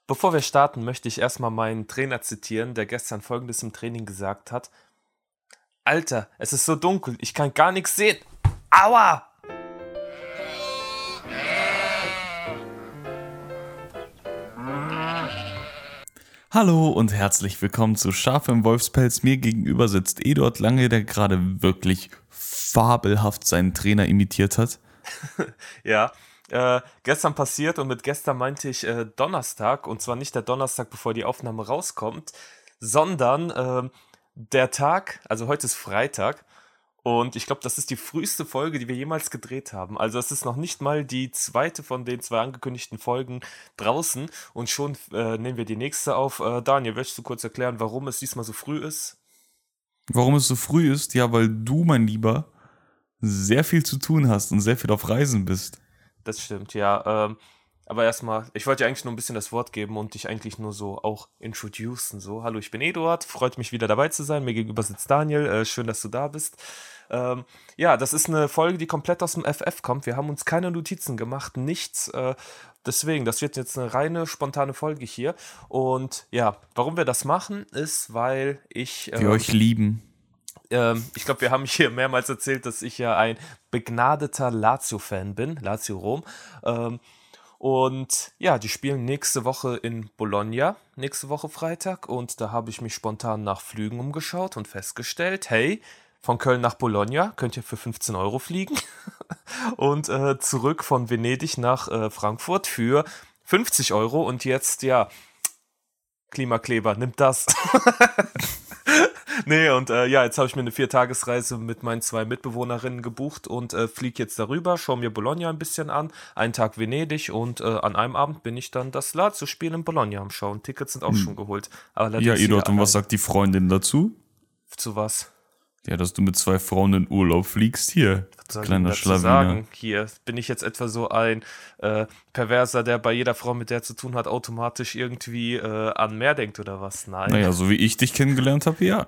Bevor wir starten, möchte ich erstmal meinen Trainer zitieren, der gestern Folgendes im Training gesagt hat. Alter, es ist so dunkel, ich kann gar nichts sehen. Aua! Hallo und herzlich willkommen zu Schaf im Wolfspelz. Mir gegenüber sitzt Eduard Lange, der gerade wirklich fabelhaft seinen Trainer imitiert hat. Ja, gestern passiert und mit gestern meinte ich Donnerstag, und zwar nicht der Donnerstag, bevor die Aufnahme rauskommt, sondern der Tag, also heute ist Freitag. Und ich glaube, das ist die früheste Folge, die wir jemals gedreht haben. Also es ist noch nicht mal die zweite von den 2 angekündigten Folgen draußen. Und schon nehmen wir die nächste auf. Daniel, willst du kurz erklären, warum es diesmal so früh ist? Warum es so früh ist? Ja, weil du, mein Lieber, sehr viel zu tun hast und sehr viel auf Reisen bist. Das stimmt, ja. Aber erstmal, ich wollte dir eigentlich nur ein bisschen das Wort geben und dich eigentlich nur so auch introducen. So, hallo, ich bin Eduard, freut mich wieder dabei zu sein. Mir gegenüber sitzt Daniel, schön, dass du da bist. Ja, das ist eine Folge, die komplett aus dem FF kommt. Wir haben uns keine Notizen gemacht, nichts. Deswegen, das wird jetzt eine reine spontane Folge hier. Und ja, warum wir das machen, ist, weil ich. Wir euch lieben. Ich glaube, wir haben hier mehrmals erzählt, dass ich ja ein begnadeter Lazio-Fan bin, Lazio Rom. Und ja, die spielen nächste Woche in Bologna, nächste Woche Freitag. Und da habe ich mich spontan nach Flügen umgeschaut und festgestellt, hey, von Köln nach Bologna könnt ihr für 15 Euro fliegen. Und zurück von Venedig nach Frankfurt für 50 Euro. Und jetzt, ja, Klimakleber, nimmt das. Nee, und ja, jetzt habe ich mir eine 4-Tagesreise mit meinen 2 Mitbewohnerinnen gebucht und fliege jetzt darüber, schaue mir Bologna ein bisschen an, einen Tag Venedig und an einem Abend bin ich dann das Lazio-Spiel in Bologna am Schauen. Tickets sind auch schon geholt. Aber Ja, allerdings Eduard, hier und was allein. sagt die Freundin dazu? Zu was? Ja, dass du mit 2 Frauen in Urlaub fliegst. Hier, Was soll ich denn kleiner dazu Schlawiner. sagen? Hier bin ich jetzt etwa so ein Perverser, der bei jeder Frau, mit der zu tun hat, automatisch irgendwie an mehr denkt oder was? Nein. Naja, so wie ich dich kennengelernt habe, ja.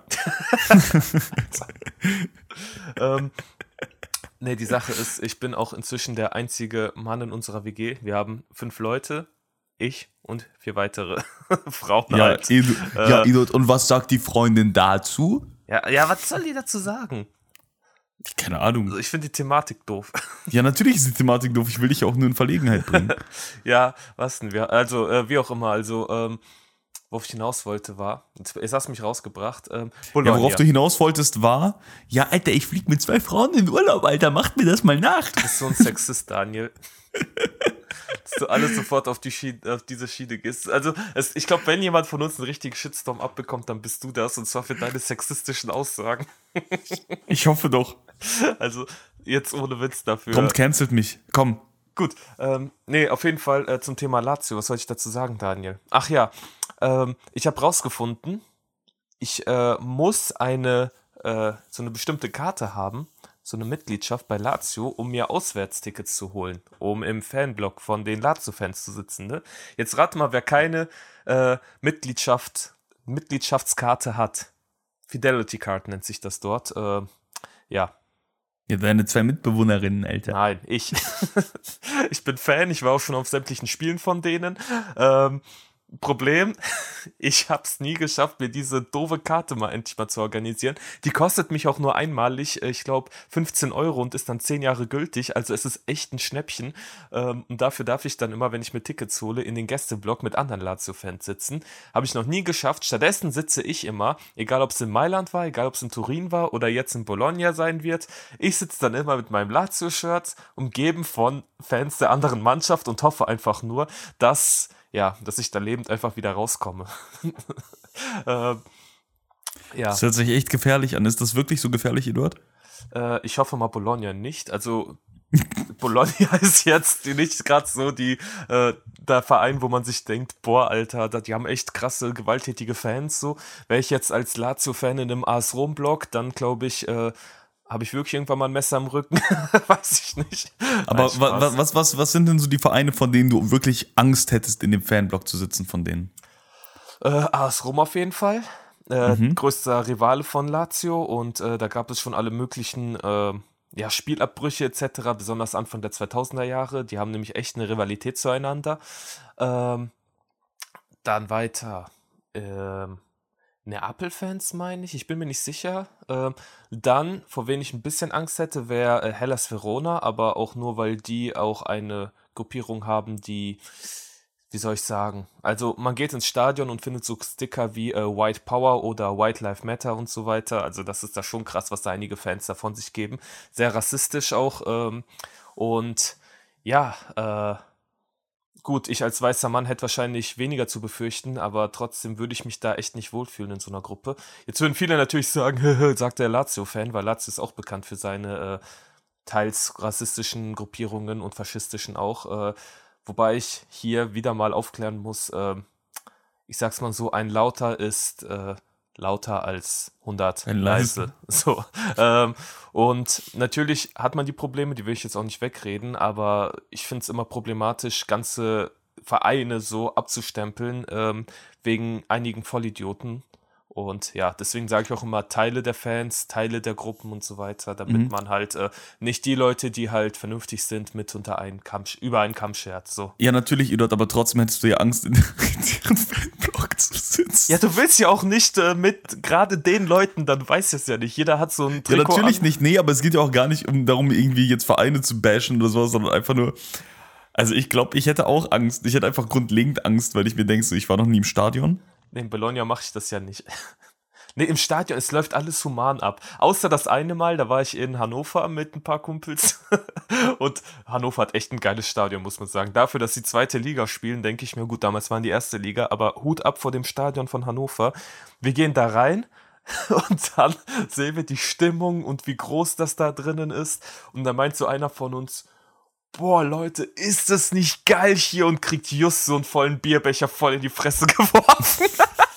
ähm, Nee, die Sache ist, ich bin auch inzwischen der einzige Mann in unserer WG. Wir haben 5 Leute, ich und 4 weitere Frauen Ja, halt. Eduard, und was sagt die Freundin dazu? Ja, was soll die dazu sagen? Keine Ahnung. Also ich finde die Thematik doof. Ja, natürlich ist die Thematik doof. Ich will dich auch nur in Verlegenheit bringen. Ja, was denn? Also, wie auch immer, also, worauf ich hinaus wollte, war, jetzt hast du mich rausgebracht, Ja, Bologna. worauf du hinaus wolltest, war, ja, Alter, ich flieg mit 2 Frauen in Urlaub, Alter, macht mir das mal nach. Du bist so ein Sexist, Daniel. Dass du alles sofort auf diese Schiene gehst. Also, ich glaube, wenn jemand von uns einen richtigen Shitstorm abbekommt, dann bist du das, und zwar für deine sexistischen Aussagen. Ich hoffe doch. Also, jetzt ohne Witz dafür. Kommt, cancelt mich. Komm. Gut, nee, auf jeden Fall zum Thema Lazio. Was soll ich dazu sagen, Daniel? Ach ja, ich habe rausgefunden, ich muss so eine bestimmte Karte haben, so eine Mitgliedschaft bei Lazio, um mir Auswärtstickets zu holen, um im Fanblock von den Lazio-Fans zu sitzen. Ne? Jetzt rate mal, wer keine Mitgliedschaftskarte hat. Fidelity Card nennt sich das dort. Ja, Ja, deine 2 Mitbewohnerinnen, Alter. nein, ich. Ich bin Fan, ich war auch schon auf sämtlichen Spielen von denen. Problem, ich hab's nie geschafft, mir diese doofe Karte mal endlich mal zu organisieren. Die kostet mich auch nur einmalig, ich glaube 15 Euro und ist dann 10 Jahre gültig, also es ist echt ein Schnäppchen. Und dafür darf ich dann immer, wenn ich mir Tickets hole, in den Gästeblock mit anderen Lazio-Fans sitzen. Habe ich noch nie geschafft. Stattdessen sitze ich immer, egal ob es in Mailand war, egal ob es in Turin war oder jetzt in Bologna sein wird, ich sitze dann immer mit meinem Lazio-Shirt, umgeben von Fans der anderen Mannschaft und hoffe einfach nur, dass ich da lebend einfach wieder rauskomme. Ja, Das hört sich echt gefährlich an. Ist das wirklich so gefährlich, Eduard? ich hoffe mal Bologna nicht. Also Bologna ist jetzt nicht gerade so der Verein, wo man sich denkt, boah, Alter, die haben echt krasse, gewalttätige Fans. So, wäre ich jetzt als Lazio-Fan in einem AS Rom-Block, dann glaube ich, habe ich wirklich irgendwann mal ein Messer am Rücken? Weiß ich nicht. Aber Nein, Spaß. was sind denn so die Vereine, von denen du wirklich Angst hättest, in dem Fanblock zu sitzen von denen? AS Rom auf jeden Fall. Größter Rivale von Lazio, und da gab es schon alle möglichen Spielabbrüche etc., besonders Anfang der 2000er Jahre. Die haben nämlich echt eine Rivalität zueinander. Dann weiter. Neapel-Fans, meine ich. Ich bin mir nicht sicher. Dann, vor wen ich ein bisschen Angst hätte, wäre Hellas Verona, aber auch nur, weil die auch eine Gruppierung haben, die, wie soll ich sagen, also man geht ins Stadion und findet so Sticker wie White Power oder White Lives Matter und so weiter. Also das ist da schon krass, was da einige Fans davon sich geben. Sehr rassistisch auch. Und ja, gut, ich als weißer Mann hätte wahrscheinlich weniger zu befürchten, aber trotzdem würde ich mich da echt nicht wohlfühlen in so einer Gruppe. Jetzt würden viele natürlich sagen, sagt der Lazio-Fan, weil Lazio ist auch bekannt für seine teils rassistischen Gruppierungen und faschistischen auch. Wobei ich hier wieder mal aufklären muss, ich sag's mal so, ein Lauter ist lauter als 100 Ein leise. leise. So. Und natürlich hat man die Probleme, die will ich jetzt auch nicht wegreden, aber ich finde es immer problematisch, ganze Vereine so abzustempeln, wegen einigen Vollidioten. Und ja, deswegen sage ich auch immer Teile der Fans, Teile der Gruppen und so weiter, damit man halt nicht die Leute, die halt vernünftig sind, mit über einen Kamm schert. So. Ja, natürlich, Eduard, aber trotzdem hättest du ja Angst, in deren Fanblock zu sitzen. Ja, du willst ja auch nicht mit gerade den Leuten, dann weißt du es ja nicht. Jeder hat so ein Ja, Trikot natürlich an. nicht, nee, aber es geht ja auch gar nicht darum, irgendwie jetzt Vereine zu bashen oder sowas, sondern einfach nur, also ich glaube, ich hätte auch Angst. Ich hätte einfach grundlegend Angst, weil ich mir denke, so, ich war noch nie im Stadion. Nee, in Bologna mache ich das ja nicht. Nee, im Stadion, es läuft alles human ab. Außer das eine Mal, da war ich in Hannover mit ein paar Kumpels. Und Hannover hat echt ein geiles Stadion, muss man sagen. Dafür, dass sie zweite Liga spielen, denke ich mir, gut, damals waren die erste Liga, aber Hut ab vor dem Stadion von Hannover. Wir gehen da rein und dann sehen wir die Stimmung und wie groß das da drinnen ist. Und dann meint so einer von uns, boah, Leute, ist das nicht geil hier? Und kriegt just so einen vollen Bierbecher voll in die Fresse geworfen.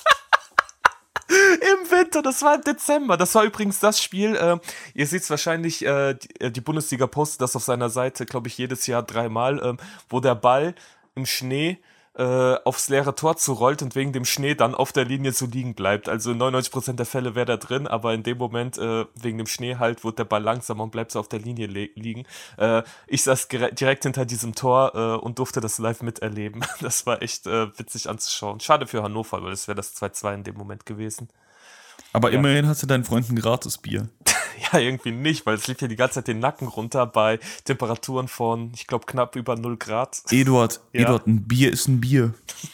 Im Winter, das war im Dezember. Das war übrigens das Spiel, ihr seht es wahrscheinlich, die Bundesliga postet das auf seiner Seite, glaube ich, jedes Jahr 3-mal, wo der Ball im Schnee aufs leere Tor zurollt und wegen dem Schnee dann auf der Linie so liegen bleibt. Also in 99% der Fälle wäre der drin, aber in dem Moment, wegen dem Schnee halt, wird der Ball langsamer und bleibt so auf der Linie liegen. Ich saß direkt hinter diesem Tor und durfte das live miterleben. Das war echt witzig anzuschauen. Schade für Hannover, weil das wäre das 2-2 in dem Moment gewesen. Aber Ja. immerhin hast du deinen Freunden gratis Bier. Ja, irgendwie nicht, weil es lief ja die ganze Zeit den Nacken runter bei Temperaturen von, ich glaube, knapp über 0 Grad. Eduard, Ja. Eduard, ein Bier ist ein Bier.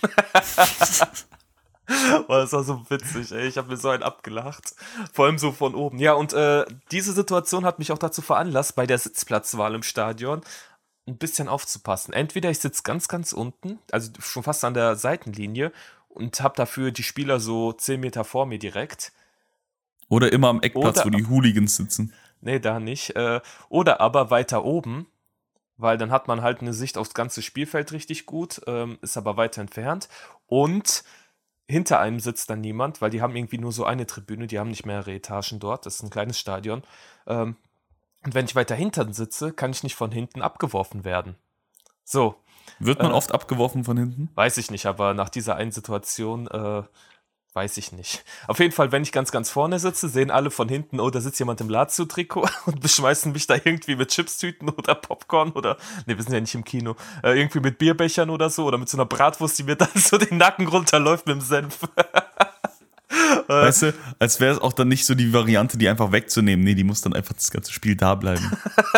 Boah, das war so witzig, ey. Ich habe mir so einen abgelacht. Vor allem so von oben. Ja, und diese Situation hat mich auch dazu veranlasst, bei der Sitzplatzwahl im Stadion ein bisschen aufzupassen. Entweder ich sitze ganz, ganz unten, also schon fast an der Seitenlinie und habe dafür die Spieler so 10 Meter vor mir direkt. Oder immer am Eckplatz, Oder- wo die Hooligans sitzen. Nee, da nicht. Oder aber weiter oben, weil dann hat man halt eine Sicht aufs ganze Spielfeld richtig gut, ist aber weiter entfernt. Und hinter einem sitzt dann niemand, weil die haben irgendwie nur so eine Tribüne, die haben nicht mehrere Etagen dort, das ist ein kleines Stadion. Und wenn ich weiter hinten sitze, kann ich nicht von hinten abgeworfen werden. So, Wird man oft abgeworfen von hinten? weiß ich nicht, aber nach dieser einen Situation weiß ich nicht. Auf jeden Fall, wenn ich ganz, ganz vorne sitze, sehen alle von hinten, oh, da sitzt jemand im Lazio-Trikot und beschmeißen mich da irgendwie mit Chipstüten oder Popcorn oder, ne, wir sind ja nicht im Kino, irgendwie mit Bierbechern oder so oder mit so einer Bratwurst, die mir dann so den Nacken runterläuft mit dem Senf. Weißt du, als wäre es auch dann nicht so die Variante, die einfach wegzunehmen. Nee, die muss dann einfach das ganze Spiel da bleiben.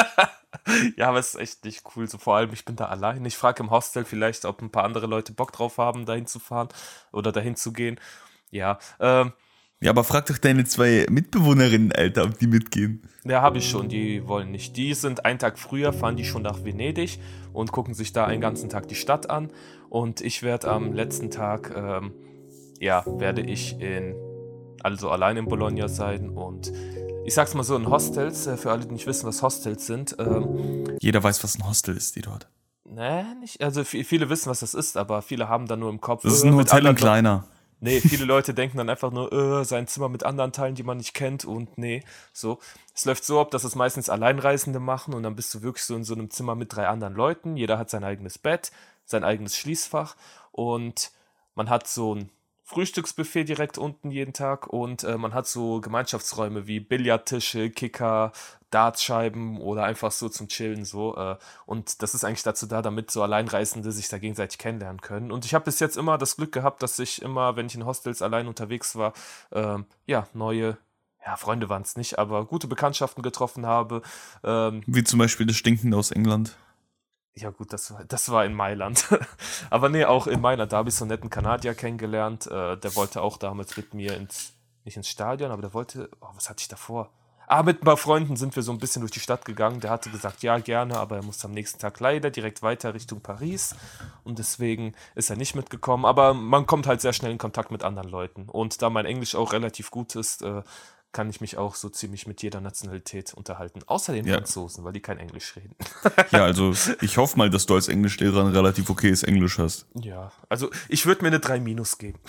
Ja, aber es ist echt nicht cool. So vor allem, ich bin da allein. Ich frage im Hostel vielleicht, ob ein paar andere Leute Bock drauf haben, dahin zu fahren oder dahin zu gehen. Ja, Ja, aber frag doch deine 2 Mitbewohnerinnen, Alter, ob die mitgehen. ja, habe ich schon. Die wollen nicht. Die sind einen Tag früher, fahren die schon nach Venedig und gucken sich da einen ganzen Tag die Stadt an. Und ich werde am letzten Tag, werde ich also allein in Bologna sein. Und ich sag's mal so, in Hostels, für alle, die nicht wissen, was Hostels sind, Jeder weiß, was ein Hostel ist, die dort. nicht, also viele wissen, was das ist, aber viele haben da nur im Kopf. Das ist ein mit Hotel in anderen kleiner. Nee, viele Leute denken dann einfach nur, sein Zimmer mit anderen Teilen, die man nicht kennt und nee, so. Es läuft so ab, dass es meistens Alleinreisende machen und dann bist du wirklich so in so einem Zimmer mit 3 anderen Leuten. Jeder hat sein eigenes Bett, sein eigenes Schließfach und man hat so ein Frühstücksbuffet direkt unten jeden Tag und man hat so Gemeinschaftsräume wie Billardtische, Kicker, Dartscheiben oder einfach so zum Chillen so. Und das ist eigentlich dazu da, damit so Alleinreisende sich da gegenseitig kennenlernen können. Und ich habe bis jetzt immer das Glück gehabt, dass ich immer, wenn ich in Hostels allein unterwegs war, neue, Freunde waren es nicht, aber gute Bekanntschaften getroffen habe. Wie zum Beispiel das Stinkende aus England. Ja gut, das war in Mailand. Aber nee, auch in Mailand, da habe ich so einen netten Kanadier kennengelernt. Der wollte auch damals mit mir nicht ins Stadion, aber der wollte, was hatte ich davor? Mit ein paar Freunden sind wir so ein bisschen durch die Stadt gegangen. Der hatte gesagt, ja, gerne, aber er musste am nächsten Tag leider direkt weiter Richtung Paris. Und deswegen ist er nicht mitgekommen. Aber man kommt halt sehr schnell in Kontakt mit anderen Leuten. Und da mein Englisch auch relativ gut ist, kann ich mich auch so ziemlich mit jeder Nationalität unterhalten. Außer den Franzosen, weil die kein Englisch reden. Ja, also ich hoffe mal, dass du als Englischlehrer ein relativ okayes Englisch hast. Ja, also ich würde mir eine 3- geben.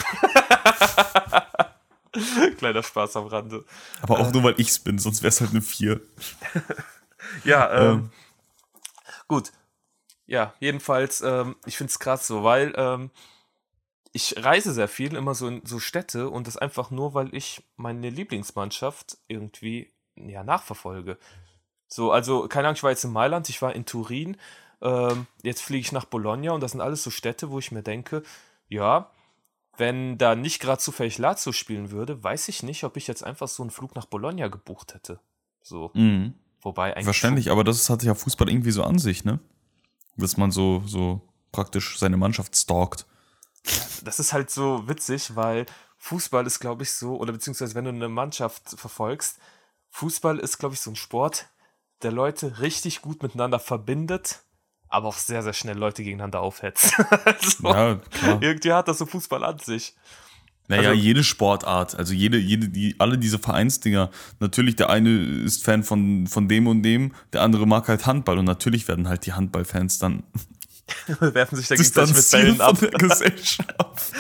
Kleiner Spaß am Rande. Aber auch nur, weil ich's bin, sonst wäre es halt eine 4. Ja, gut. Ja, jedenfalls, ich finde es krass so, weil ich reise sehr viel, immer so in so Städte und das einfach nur, weil ich meine Lieblingsmannschaft irgendwie nachverfolge. So, also, keine Ahnung, ich war jetzt in Mailand, ich war in Turin, jetzt fliege ich nach Bologna und das sind alles so Städte, wo ich mir denke, ja, wenn da nicht gerade zufällig Lazio spielen würde, weiß ich nicht, ob ich jetzt einfach so einen Flug nach Bologna gebucht hätte. So. Wobei eigentlich. Verständlich, aber das hat ja Fußball irgendwie so an sich, ne? Dass man so praktisch seine Mannschaft stalkt. Das ist halt so witzig, weil Fußball ist, glaube ich, so, oder beziehungsweise wenn du eine Mannschaft verfolgst, Fußball ist, glaube ich, so ein Sport, der Leute richtig gut miteinander verbindet, aber auch sehr, sehr schnell Leute gegeneinander aufhetzt. Ja, klar. Irgendwie hat das so Fußball an sich. Naja, Also- jede Sportart, also alle diese Vereinsdinger, natürlich der eine ist Fan von dem und dem, der andere mag halt Handball und natürlich werden halt die Handballfans dann werfen sich da gegenseitig mit distanzieren Bällen ab. von der Gesellschaft.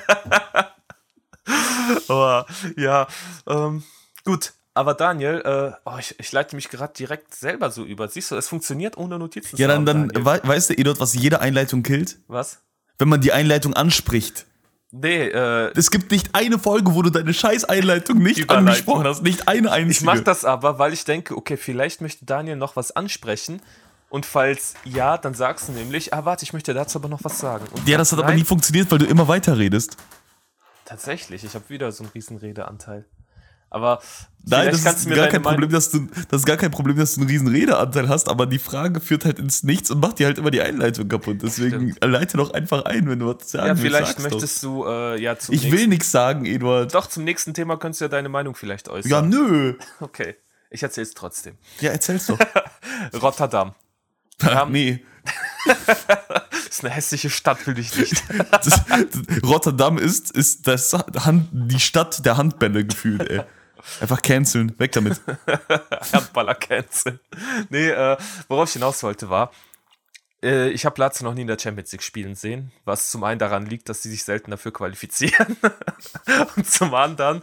Aber, ja, gut. Aber Daniel, ich leite mich gerade direkt selber so über. Siehst du, es funktioniert ohne Notizen. Ja, zu haben, dann Daniel. weißt du, Edot, was jede Einleitung killt? Was? Wenn man die Einleitung anspricht. Nee, Es gibt nicht eine Folge, wo du deine scheiß Einleitung nicht Überleitung. angesprochen hast. Nicht eine einzige. ich mache das aber, weil ich denke, okay, vielleicht möchte Daniel noch was ansprechen. Und falls ja, dann sagst du nämlich, warte, ich möchte dazu aber noch was sagen. Und Ja, das hat aber nie funktioniert, weil du immer weiter redest. Tatsächlich, ich habe wieder so einen riesen Redeanteil. Aber Nein, vielleicht das kannst ist du mir gar deine kein Problem, Meinung- das ist gar kein Problem, dass du einen riesen Redeanteil hast, aber die Frage führt halt ins Nichts und macht dir halt immer die Einleitung kaputt. Deswegen leite doch einfach ein, wenn du was sagen willst. vielleicht sag's doch. möchtest du zum Ich will nichts sagen, Eduard. Doch, zum nächsten Thema könntest du ja deine Meinung vielleicht äußern. Ja, nö. Okay, ich erzähl's trotzdem. Ja, erzähl's doch. Rotterdam. Nee. Ist eine hässliche Stadt, will ich nicht. Rotterdam ist die Stadt der Handbälle gefühlt, ey. Einfach canceln, weg damit. Handballer canceln. Nee, worauf ich hinaus wollte war, ich habe Lazio noch nie in der Champions League spielen sehen, was zum einen daran liegt, dass sie sich selten dafür qualifizieren und zum anderen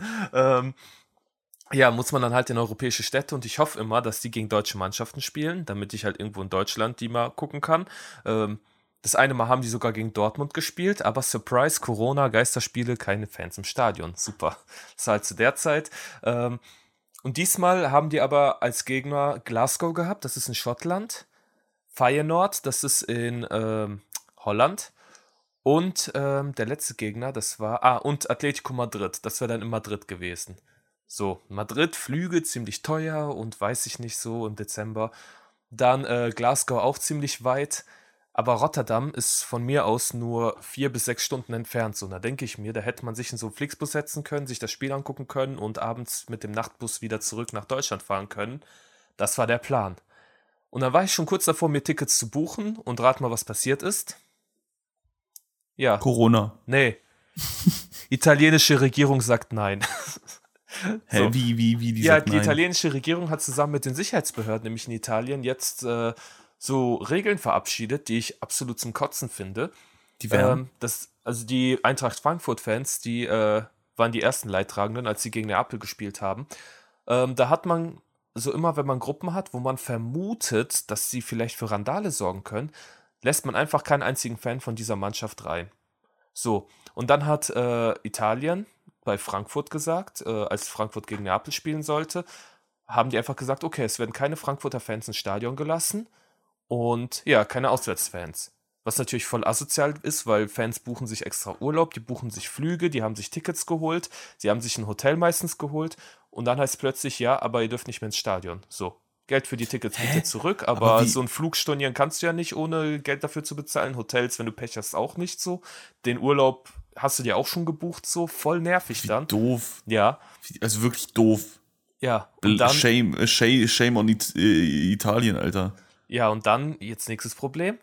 muss man dann halt in europäische Städte und ich hoffe immer, dass die gegen deutsche Mannschaften spielen, damit ich halt irgendwo in Deutschland die mal gucken kann. Das eine Mal haben die sogar gegen Dortmund gespielt, aber Surprise, Corona, Geisterspiele, keine Fans im Stadion. Super. Das war halt zu der Zeit. Und diesmal haben die aber als Gegner Glasgow gehabt, das ist in Schottland. Feyenoord, das ist in Holland. Und der letzte Gegner, das war, und Atletico Madrid, das wäre dann in Madrid gewesen. So, Madrid, Flüge, ziemlich teuer und weiß ich nicht so im Dezember. Dann Glasgow auch ziemlich weit. Aber Rotterdam ist von mir aus nur 4 bis 6 Stunden entfernt. So, und da denke ich mir, da hätte man sich in so einen Flixbus setzen können, sich das Spiel angucken können und abends mit dem Nachtbus wieder zurück nach Deutschland fahren können. Das war der Plan. Und dann war ich schon kurz davor, mir Tickets zu buchen und rat mal, was passiert ist. Ja. Corona. Nee. Italienische Regierung sagt nein. Hä, So. wie die Ja, sagt die nein? italienische Regierung hat zusammen mit den Sicherheitsbehörden, nämlich in Italien, jetzt so Regeln verabschiedet, die ich absolut zum Kotzen finde. Die wären? Also die Eintracht Frankfurt-Fans, die waren die ersten Leidtragenden, als sie gegen Neapel gespielt haben. Da hat man so immer, wenn man Gruppen hat, wo man vermutet, dass sie vielleicht für Randale sorgen können, lässt man einfach keinen einzigen Fan von dieser Mannschaft rein. So, und dann hat Italien bei Frankfurt gesagt, als Frankfurt gegen Neapel spielen sollte, haben die einfach gesagt, okay, es werden keine Frankfurter Fans ins Stadion gelassen und ja, keine Auswärtsfans. Was natürlich voll asozial ist, weil Fans buchen sich extra Urlaub, die buchen sich Flüge, die haben sich Tickets geholt, sie haben sich ein Hotel meistens geholt und dann heißt es plötzlich, ja, aber ihr dürft nicht mehr ins Stadion. So, Geld für die Tickets geht dir zurück, aber so ein Flug stornieren kannst du ja nicht, ohne Geld dafür zu bezahlen. Hotels, wenn du Pech hast, auch nicht so. Den Urlaub hast du dir auch schon gebucht, so voll nervig dann. Doof. Ja. Also wirklich doof. Ja. Und dann, Shame on Italien, Alter. ja, und dann, jetzt nächstes Problem.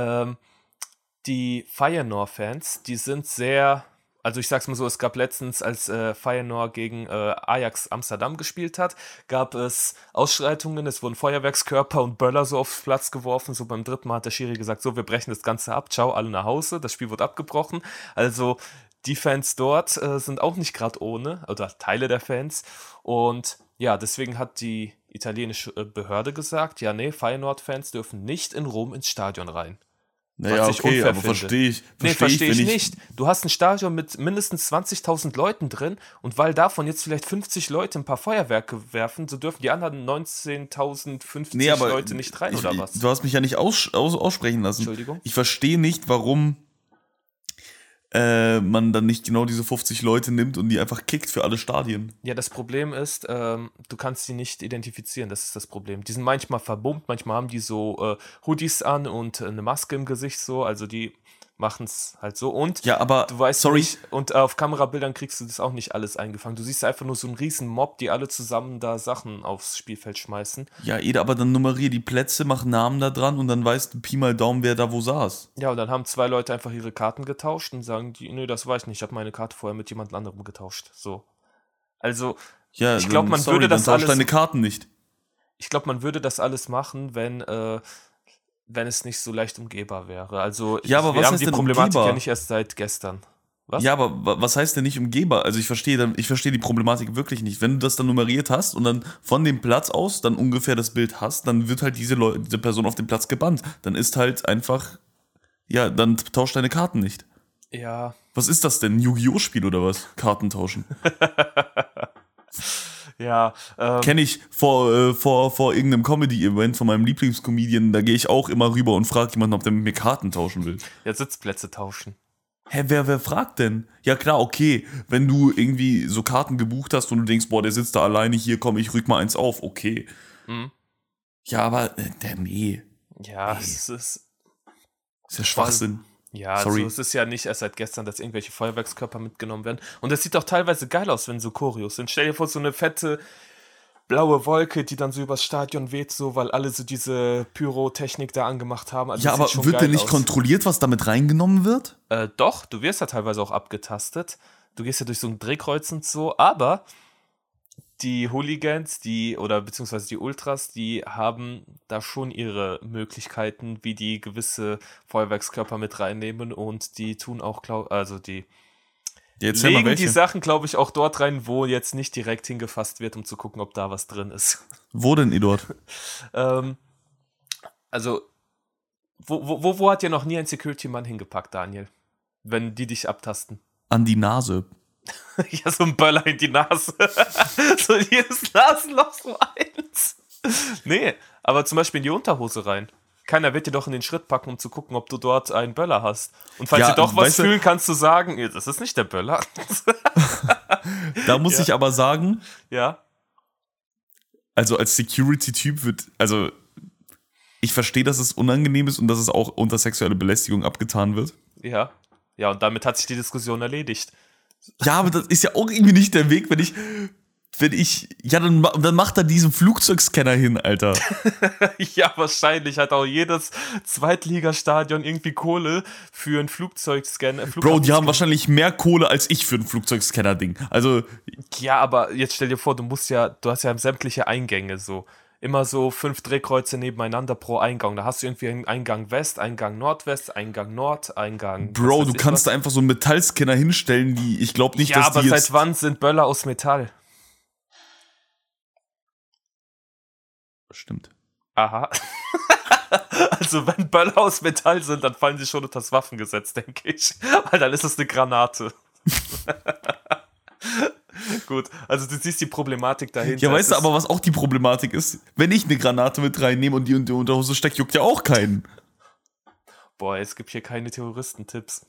Die Feyenoord-Fans, die sind sehr, also ich sag's mal so, es gab letztens, als Feyenoord gegen Ajax Amsterdam gespielt hat, gab es Ausschreitungen, es wurden Feuerwerkskörper und Böller so aufs Platz geworfen, so beim dritten Mal hat der Schiri gesagt, so, wir brechen das Ganze ab, ciao, alle nach Hause, das Spiel wird abgebrochen, also die Fans dort sind auch nicht gerade ohne, oder Teile der Fans und ja, deswegen hat die italienische Behörde gesagt, ja, nee, Feyenoord-Fans dürfen nicht in Rom ins Stadion rein. Naja, okay, aber verstehe ich. Verstehe ich nicht. Du hast ein Stadion mit mindestens 20.000 Leuten drin und weil davon jetzt vielleicht 50 Leute ein paar Feuerwerke werfen, so dürfen die anderen 19.050 Leute nicht rein, oder was? Du hast mich ja nicht aussprechen lassen. Entschuldigung? Ich verstehe nicht, warum man dann nicht genau diese 50 Leute nimmt und die einfach kickt für alle Stadien. Ja, das Problem ist, du kannst sie nicht identifizieren, das ist das Problem. Die sind manchmal verbummt, manchmal haben die so Hoodies an und eine Maske im Gesicht so, also die machen es halt so. Und ja, aber, du weißt nicht, und auf Kamerabildern kriegst du das auch nicht alles eingefangen. Du siehst einfach nur so einen riesen Mob, die alle zusammen da Sachen aufs Spielfeld schmeißen. Ja, aber dann nummerier die Plätze, mach Namen da dran und dann weißt du Pi mal Daumen, wer da wo saß. Ja, und dann haben 2 Leute einfach ihre Karten getauscht und sagen die, nö, das weiß ich nicht, ich habe meine Karte vorher mit jemand anderem getauscht. So. Also, ja, ich glaube, man würde das dann alles... deine Karten nicht. Ich glaube, man würde das alles machen, wenn es nicht so leicht umgehbar wäre. Also ja, aber wir was haben heißt die denn Problematik umgehbar? ja nicht erst seit gestern. Was? Ja, aber was heißt denn nicht umgehbar? Also ich verstehe die Problematik wirklich nicht. Wenn du das dann nummeriert hast und dann von dem Platz aus dann ungefähr das Bild hast, dann wird halt diese Person auf dem Platz gebannt. Dann ist halt einfach, ja, dann tauscht deine Karten nicht. Ja. Was ist das denn? Ein Yu-Gi-Oh-Spiel oder was? Karten tauschen. Ja. Kenne ich vor irgendeinem Comedy-Event von meinem Lieblingscomedian, da gehe ich auch immer rüber und frage jemanden, ob der mit mir Karten tauschen will. Ja, Sitzplätze tauschen. Hä, wer fragt denn? Ja klar, okay, wenn du irgendwie so Karten gebucht hast und du denkst, boah, der sitzt da alleine hier, komm, ich rück mal eins auf, okay. Mhm. Ja, aber, nee. Ja, Nee. es ist ja Schwachsinn. Ja, Sorry. also es ist ja nicht erst seit gestern, dass irgendwelche Feuerwerkskörper mitgenommen werden. Und das sieht doch teilweise geil aus, wenn so Choreos sind. Stell dir vor, so eine fette blaue Wolke, die dann so übers Stadion weht, so, weil alle so diese Pyrotechnik da angemacht haben. Also Ja, das aber sieht schon wird geil denn nicht aus. kontrolliert, was damit reingenommen wird? Doch, du wirst ja teilweise auch abgetastet. Du gehst ja durch so ein Drehkreuz und so, aber die Hooligans, beziehungsweise die Ultras, die haben da schon ihre Möglichkeiten, wie die gewisse Feuerwerkskörper mit reinnehmen und die tun auch, die Ja, erzähl mal legen die welche. Sachen, glaube ich, auch dort rein, wo jetzt nicht direkt hingefasst wird, um zu gucken, ob da was drin ist. Wo denn, Eduard? Also, wo hat dir noch nie ein Security-Mann hingepackt, Daniel? Wenn die dich abtasten. An die Nase. Ja, so ein Böller in die Nase. So in jedes Nasenloch so eins. Nee, aber zum Beispiel in die Unterhose rein. Keiner wird dir doch in den Schritt packen, um zu gucken, ob du dort einen Böller hast. Und falls Ja, sie doch was weißt du- fühlen, kannst du sagen, "Ja, das ist nicht der Böller." Da muss Ja. ich aber sagen, Ja, also als Security-Typ ich verstehe, dass es unangenehm ist und dass es auch unter sexuelle Belästigung abgetan wird. ja. Ja, und damit hat sich die Diskussion erledigt. Ja, aber das ist ja auch irgendwie nicht der Weg, dann macht er diesen Flugzeugscanner hin, Alter. Ja, wahrscheinlich hat auch jedes Zweitligastadion irgendwie Kohle für einen Flugzeugscanner. Bro, die haben wahrscheinlich mehr Kohle als ich für ein Flugzeugscanner-Ding. Also, Ja, aber jetzt stell dir vor, du hast ja sämtliche Eingänge so. Immer so 5 Drehkreuze nebeneinander pro Eingang. Da hast du irgendwie einen Eingang West, Eingang Nordwest, Eingang Nord, Eingang... Bro, was du weiß ich kannst was. da einfach so einen Metallscanner hinstellen, die, ich glaube nicht, Ja, dass aber die seit jetzt... wann sind Böller aus Metall? Stimmt. Aha. Also wenn Böller aus Metall sind, dann fallen sie schon unter das Waffengesetz, denke ich. Weil dann ist es eine Granate. Gut, also du siehst die Problematik dahinter. Ja, weißt du, aber was auch die Problematik ist, wenn ich eine Granate mit reinnehme und die in die Unterhose stecke, juckt ja auch keinen. Boah, es gibt hier keine Terroristentipps.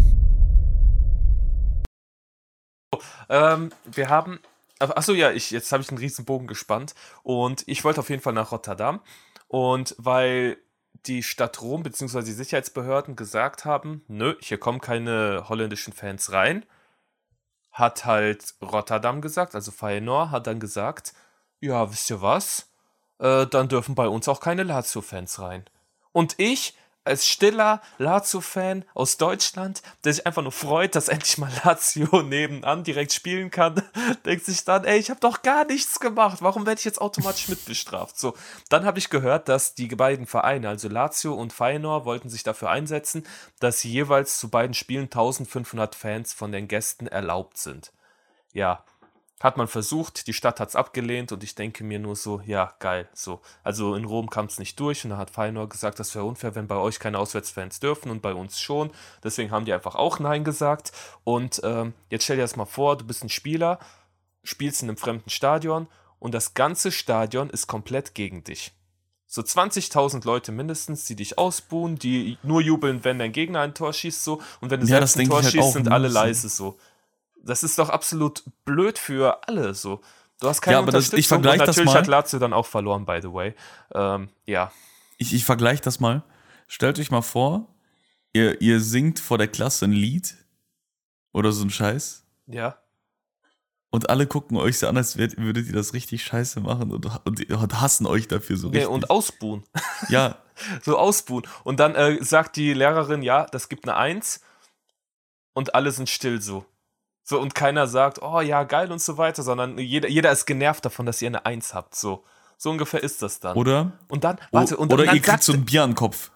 Wir haben. Achso, ja, jetzt habe ich einen riesen Bogen gespannt. Und ich wollte auf jeden Fall nach Rotterdam. Und weil die Stadt Rom bzw. die Sicherheitsbehörden gesagt haben, nö, hier kommen keine holländischen Fans rein, hat halt Rotterdam gesagt, also Feyenoord hat dann gesagt, ja, wisst ihr was? Dann dürfen bei uns auch keine Lazio-Fans rein. Und ich, als stiller Lazio-Fan aus Deutschland, der sich einfach nur freut, dass endlich mal Lazio nebenan direkt spielen kann, denkt sich dann, ey, ich habe doch gar nichts gemacht, warum werde ich jetzt automatisch mitbestraft? So, dann habe ich gehört, dass die beiden Vereine, also Lazio und Feyenoord, wollten sich dafür einsetzen, dass jeweils zu beiden Spielen 1500 Fans von den Gästen erlaubt sind. Ja, hat man versucht, die Stadt hat es abgelehnt und ich denke mir nur so, ja, geil, so. Also in Rom kam es nicht durch und da hat Feyenoord gesagt, das wäre unfair, wenn bei euch keine Auswärtsfans dürfen und bei uns schon. Deswegen haben die einfach auch Nein gesagt. Und jetzt stell dir das mal vor, du bist ein Spieler, spielst in einem fremden Stadion und das ganze Stadion ist komplett gegen dich. So 20.000 Leute mindestens, die dich ausbuhen, die nur jubeln, wenn dein Gegner ein Tor schießt, so. Und wenn du Ja, selbst das ein denke Tor ich halt schießt, auch, sind ne? alle leise, so. Das ist doch absolut blöd für alle, so. Du hast keine Ja, aber Unterstützung ich vergleiche und das natürlich mal. hat Lazio dann auch verloren, by the way. Ja. Ich vergleiche das mal. Stellt euch mal vor, ihr singt vor der Klasse ein Lied oder so ein Scheiß Ja. und alle gucken euch so an, als würdet ihr das richtig scheiße machen und hassen euch dafür so Nee, richtig. und ausbuhen. Ja, So ausbuhen. Und dann sagt die Lehrerin, ja, das gibt eine 1 und alle sind still so. So, und keiner sagt, oh ja, geil und so weiter, sondern jeder ist genervt davon, dass ihr eine 1 habt. So ungefähr ist das dann. oder? Und dann, warte, und oder dann ihr kriegt so ein Bier an den Kopf.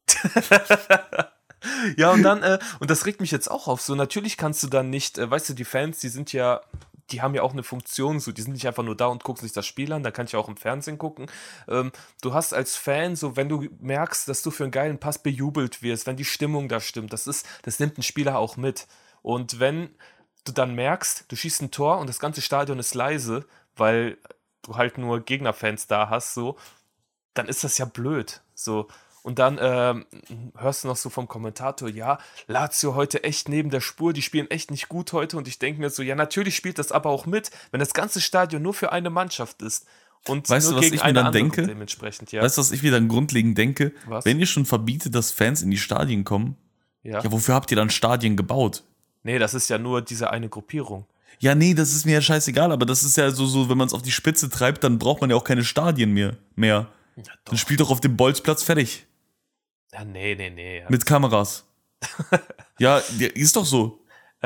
Ja, und dann, und das regt mich jetzt auch auf. So, natürlich kannst du dann nicht, weißt du, die Fans, die haben ja auch eine Funktion, so, die sind nicht einfach nur da und gucken sich das Spiel an, da kann ich auch im Fernsehen gucken. Du hast als Fan, so, wenn du merkst, dass du für einen geilen Pass bejubelt wirst, wenn die Stimmung da stimmt, das nimmt ein Spieler auch mit. Und wenn du dann merkst, du schießt ein Tor und das ganze Stadion ist leise, weil du halt nur Gegnerfans da hast, so, dann ist das ja blöd. So. Und dann hörst du noch so vom Kommentator, ja, Lazio heute echt neben der Spur, die spielen echt nicht gut heute. Und ich denke mir so, ja, natürlich spielt das aber auch mit, wenn das ganze Stadion nur für eine Mannschaft ist. Und Weißt nur du, was gegen ich mir eine dann andere denke? dementsprechend, ja. Weißt du, was ich mir dann grundlegend denke? Was? Wenn ihr schon verbietet, dass Fans in die Stadien kommen, Ja. ja, wofür habt ihr dann Stadien gebaut? Nee, das ist ja nur diese eine Gruppierung. Ja, nee, das ist mir ja scheißegal, aber das ist ja so wenn man es auf die Spitze treibt, dann braucht man ja auch keine Stadien mehr. Ja, Dann spielt doch auf dem Bolzplatz fertig. Ja, nee. Mit Kameras. Ja, ist doch so.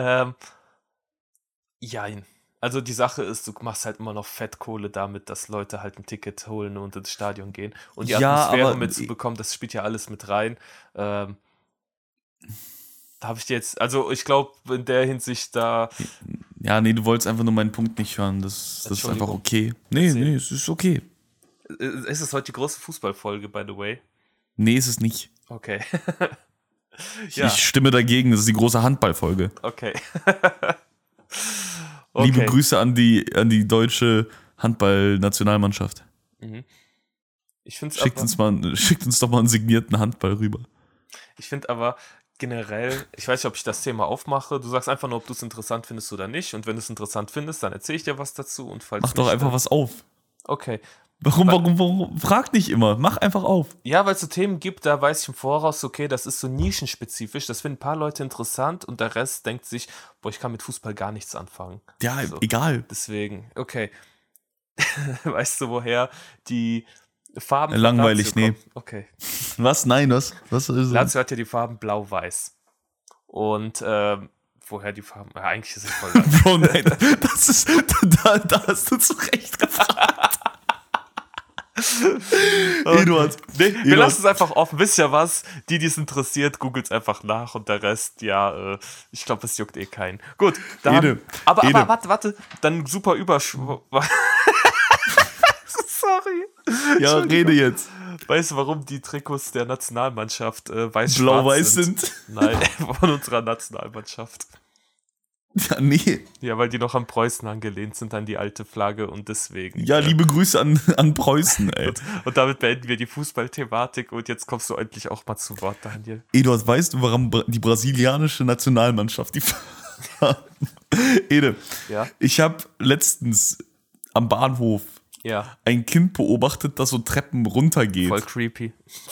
Jein. Also die Sache ist, du machst halt immer noch Fettkohle damit, dass Leute halt ein Ticket holen und ins Stadion gehen. Und die Ja, Atmosphäre aber- mitzubekommen, das spielt ja alles mit rein. Da habe ich dir jetzt, also ich glaube, in der Hinsicht da, Ja, nee, du wolltest einfach nur meinen Punkt nicht hören. Das ist einfach Entschuldigung. okay. Nee, Erzähl. es ist okay. ist es heute die große Fußballfolge, by the way? Nee, ist es nicht. Okay. Ja. Ich stimme dagegen, das ist die große Handballfolge. Okay. Liebe Grüße an die deutsche Handball-Nationalmannschaft. Ich finde Schickt uns doch mal einen signierten Handball rüber. Ich finde aber generell, ich weiß nicht, ob ich das Thema aufmache. Du sagst einfach nur, ob du es interessant findest oder nicht. Und wenn du es interessant findest, dann erzähle ich dir was dazu. Und falls Mach doch nicht, einfach dann- was auf. Okay. Warum? Frag nicht immer. Mach einfach auf. Ja, weil es so Themen gibt, da weiß ich im Voraus, okay, das ist so nischenspezifisch. Das finden ein paar Leute interessant und der Rest denkt sich, boah, ich kann mit Fußball gar nichts anfangen. Ja, So. egal. Deswegen, okay. Weißt du, woher die Farben von Langweilig, Lazio nee. kommen? Okay. Was? Nein, was? Was ist Lazio hat ja die Farben blau-weiß. Und woher die Farben? Ja, eigentlich ist es voll lang. Bro, nein, das ist, da hast du zu Recht gefragt. Eduard, Wir lassen es einfach offen. Wisst ihr was? Die es interessiert, googelt es einfach nach und der Rest, ja, ich glaube, es juckt eh keinen. Gut, dann. Ede. Aber warte, dann super Sorry. Ja, rede jetzt. Weißt du, warum die Trikots der Nationalmannschaft weiß-schwarz Blau-weiß sind. Nein, von unserer Nationalmannschaft. Ja, nee. Ja, weil die noch an Preußen angelehnt sind, an die alte Flagge und deswegen. Ja, liebe Grüße an Preußen, ey. Und damit beenden wir die Fußballthematik und jetzt kommst du endlich auch mal zu Wort, Daniel. Eduard, weißt du, warum die brasilianische Nationalmannschaft die Ede, Ja? ich habe letztens am Bahnhof Ja, ein Kind beobachtet, das so Treppen runtergeht. voll creepy.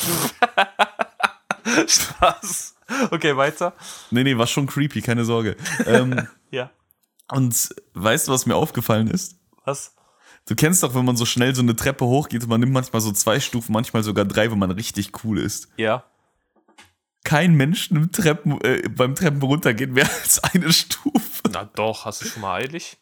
Spaß. Okay, weiter. Nee, war schon creepy, keine Sorge. Ja. Und weißt du, was mir aufgefallen ist? Was? Du kennst doch, wenn man so schnell so eine Treppe hochgeht, man nimmt manchmal so 2 Stufen, manchmal sogar 3, wenn man richtig cool ist. Ja. Kein Mensch nimmt beim Treppen runtergehen mehr als eine Stufe. Na doch, hast du schon mal eilig?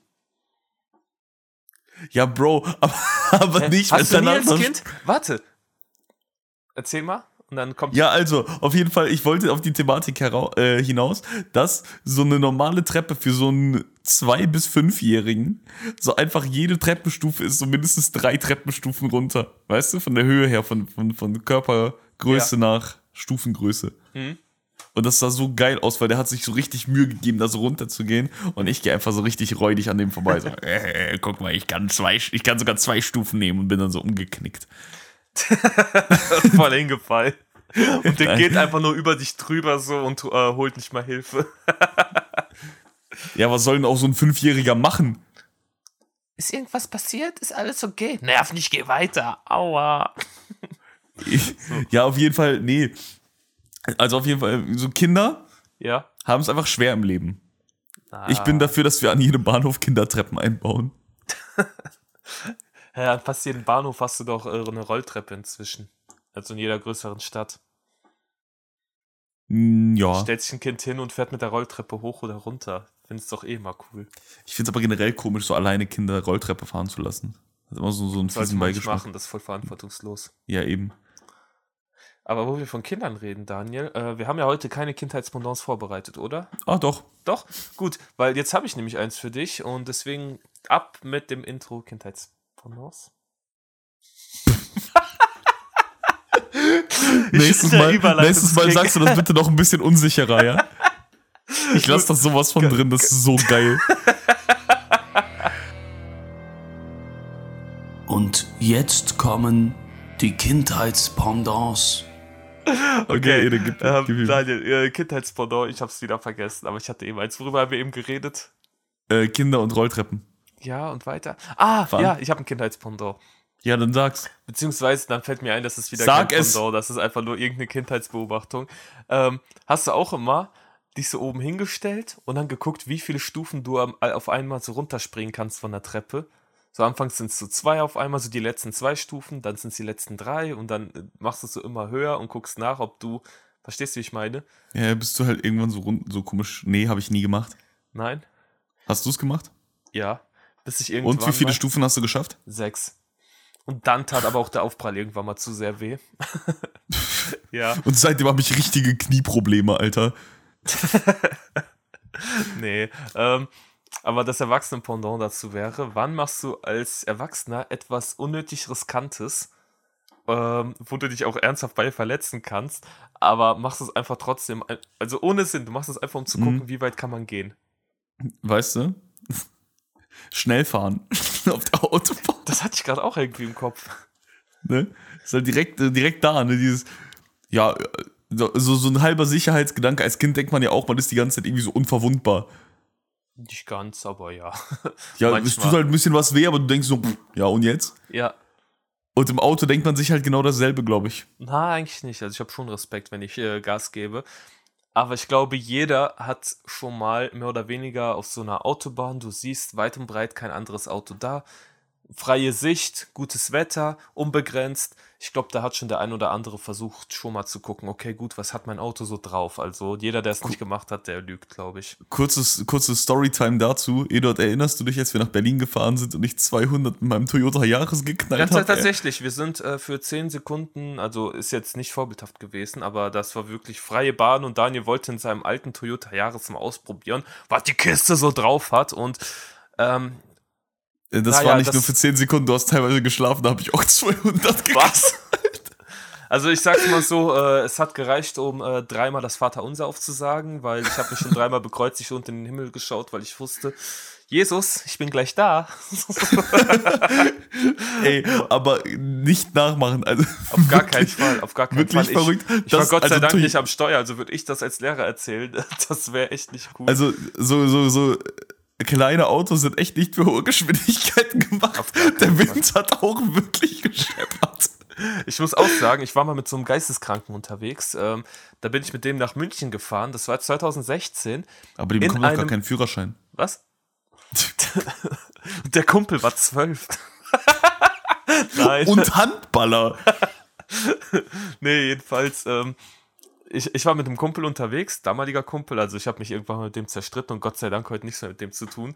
Ja, Bro, aber nicht, Hast du nie danach als Kind? Warte. Erzähl mal. Und dann kommt. Ja, also, auf jeden Fall, ich wollte auf die Thematik hinaus, dass so eine normale Treppe für so einen 2- bis 5-Jährigen so einfach jede Treppenstufe ist so mindestens 3 Treppenstufen runter. Weißt du, von der Höhe her, von Körpergröße nach Stufengröße. Mhm. Und das sah so geil aus, weil der hat sich so richtig Mühe gegeben, da so runter zu gehen. Und ich gehe einfach so richtig räudig an dem vorbei. So, guck mal, ich kann sogar 2 Stufen nehmen und bin dann so umgeknickt. Voll hingefallen. Und der geht einfach nur über dich drüber so und holt nicht mal Hilfe. Ja, was soll denn auch so ein 5-Jähriger machen? Ist irgendwas passiert? Ist alles okay? Nerv nicht, geh weiter. Aua. Ja, auf jeden Fall, nee. Also auf jeden Fall, so Kinder Ja. haben es einfach schwer im Leben. Ich bin dafür, dass wir an jedem Bahnhof Kindertreppen einbauen. Ja, an fast jedem Bahnhof hast du doch eine Rolltreppe inzwischen. Also in jeder größeren Stadt. Ja. Stellt sich ein Kind hin und fährt mit der Rolltreppe hoch oder runter. Findest doch eh mal cool. Ich finde es aber generell komisch, so alleine Kinder Rolltreppe fahren zu lassen. Das ist immer so einen Sollte fiesen man nicht Beigeschmack. machen, das ist voll verantwortungslos. Ja, eben. Aber wo wir von Kindern reden, Daniel, wir haben ja heute keine Kindheitspendants vorbereitet, oder? Ah, doch. Doch? Gut, weil jetzt habe ich nämlich eins für dich und deswegen ab mit dem Intro Kindheitspendants. Nächstes Mal sagst du das bitte noch ein bisschen unsicherer, ja? Ich lasse das sowas von drin, das ist so geil. Und jetzt kommen die Kindheitspendants. Okay, Ede, gib ihm. Daniel, Kindheitspendant, ich hab's wieder vergessen, aber ich hatte eben eins. Worüber haben wir eben geredet? Kinder und Rolltreppen. Ja, und weiter. Ah, Wann? ja, ich habe ein Kindheitspendant. Ja, dann sag's. Beziehungsweise, dann fällt mir ein, dass es wieder Sag kein es. Pendant, das ist einfach nur irgendeine Kindheitsbeobachtung. Hast du auch immer dich so oben hingestellt und dann geguckt, wie viele Stufen du auf einmal so runterspringen kannst von der Treppe? So anfangs sind es so 2 auf einmal, so die letzten 2 Stufen, dann sind es die letzten 3 und dann machst du es so immer höher und guckst nach, ob du, verstehst du, wie ich meine? Ja, bist du halt irgendwann so komisch. Nee, habe ich nie gemacht. Nein? Hast du's gemacht? Ja. Bis ich irgendwann Und wie viele mal- Stufen hast du geschafft? 6. Und dann tat aber auch der Aufprall irgendwann mal zu sehr weh. Ja, Und seitdem habe ich richtige Knieprobleme, Alter. nee. Aber das Erwachsenen-Pendant dazu wäre, wann machst du als Erwachsener etwas unnötig Riskantes, wo du dich auch ernsthaft bei verletzen kannst, aber machst es einfach trotzdem, also ohne Sinn, du machst es einfach, um zu gucken, wie weit kann man gehen. Weißt du? Schnell fahren auf der Autobahn. Das hatte ich gerade auch irgendwie im Kopf. Ne? Ist halt direkt da, ne? Dieses, ja, so ein halber Sicherheitsgedanke. Als Kind denkt man ja auch, man ist die ganze Zeit irgendwie so unverwundbar. Nicht ganz, aber ja. Ja, Manchmal. es tut halt ein bisschen was weh, aber du denkst so, ja, und jetzt? Ja, Und im Auto denkt man sich halt genau dasselbe, glaube ich. na, eigentlich nicht. Also ich habe schon Respekt, wenn ich Gas gebe. Aber ich glaube, jeder hat schon mal mehr oder weniger auf so einer Autobahn, du siehst weit und breit kein anderes Auto da. Freie Sicht, gutes Wetter, unbegrenzt. Ich glaube, da hat schon der ein oder andere versucht, schon mal zu gucken, okay, gut, was hat mein Auto so drauf? Also jeder, der es nicht gemacht hat, der lügt, glaube ich. Kurze Storytime dazu. Eduard, erinnerst du dich, als wir nach Berlin gefahren sind und ich 200 mit meinem Toyota Yaris geknallt habe? Tatsächlich, wir sind für 10 Sekunden, also ist jetzt nicht vorbildhaft gewesen, aber das war wirklich freie Bahn und Daniel wollte in seinem alten Toyota Yaris mal ausprobieren, was die Kiste so drauf hat und Das war nicht nur für 10 Sekunden, du hast teilweise geschlafen, da habe ich auch 200 geknallt. was? Also ich sag's mal so, es hat gereicht, um dreimal das Vaterunser aufzusagen, weil ich habe mich schon dreimal bekreuzigt und in den Himmel geschaut, weil ich wusste, Jesus, ich bin gleich da. Ey, aber nicht nachmachen. Also Auf gar keinen Fall, auf gar keinen wirklich Fall. verrückt. Ich war Gott sei Dank also, nicht am Steuer, also würde ich das als Lehrer erzählen. Das wäre echt nicht cool. Also so kleine Autos sind echt nicht für hohe Geschwindigkeiten gemacht. Der Wind hat auch wirklich gescheppert. Ich muss auch sagen, ich war mal mit so einem Geisteskranken unterwegs. Da bin ich mit dem nach München gefahren. Das war 2016. Aber die bekommen doch gar keinen Führerschein. Was? Der Kumpel war 12. Nein. Und Handballer. Nee, jedenfalls, ich war mit einem Kumpel unterwegs, damaliger Kumpel, also ich habe mich irgendwann mit dem zerstritten und Gott sei Dank heute nichts mehr mit dem zu tun.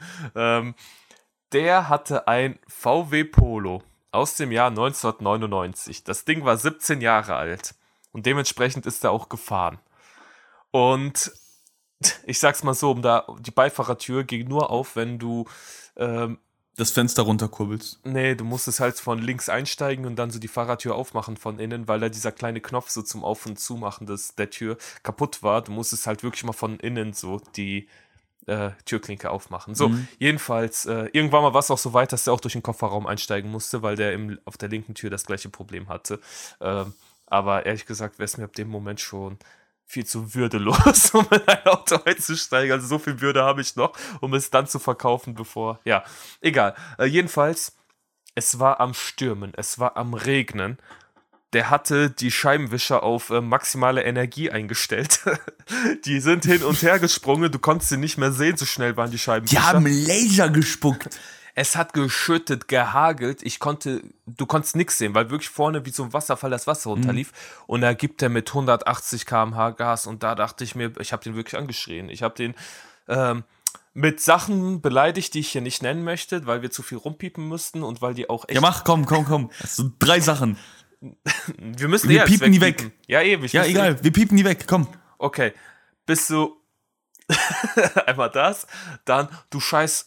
Der hatte ein VW Polo aus dem Jahr 1999. Das Ding war 17 Jahre alt und dementsprechend ist er auch gefahren. Und ich sag's mal so, die Beifahrertür ging nur auf, wenn du das Fenster runterkurbelst. Nee, du musstest halt von links einsteigen und dann so die Fahrertür aufmachen von innen, weil da dieser kleine Knopf so zum Auf- und Zumachen der Tür kaputt war. Du musstest halt wirklich mal von innen so die Türklinke aufmachen. So, jedenfalls, irgendwann mal war es auch so weit, dass der auch durch den Kofferraum einsteigen musste, weil der auf der linken Tür das gleiche Problem hatte. Aber ehrlich gesagt wäre es mir ab dem Moment schon viel zu würdelos, um in ein Auto einzusteigen. Also so viel Würde habe ich noch, um es dann zu verkaufen, ja, egal. Jedenfalls, es war am Stürmen, es war am Regnen. Der hatte die Scheibenwischer auf maximale Energie eingestellt. Die sind hin und her gesprungen, du konntest sie nicht mehr sehen, so schnell waren die Scheibenwischer. Die haben Laser gespuckt. Es hat geschüttet, gehagelt. Du konntest nichts sehen, weil wirklich vorne wie so ein Wasserfall das Wasser runterlief. Und da gibt er mit 180 km/h Gas. Und da dachte ich mir, ich habe den wirklich angeschrien. Ich habe den mit Sachen beleidigt, die ich hier nicht nennen möchte, weil wir zu viel rumpiepen müssten und weil die auch echt... Ja, mach, komm. Das sind 3 Sachen. Wir müssen Wir piepen die weg. Ja, ewig. Ja, egal, wir piepen die weg, komm. Okay, bist du... Einmal das, dann du Scheiß...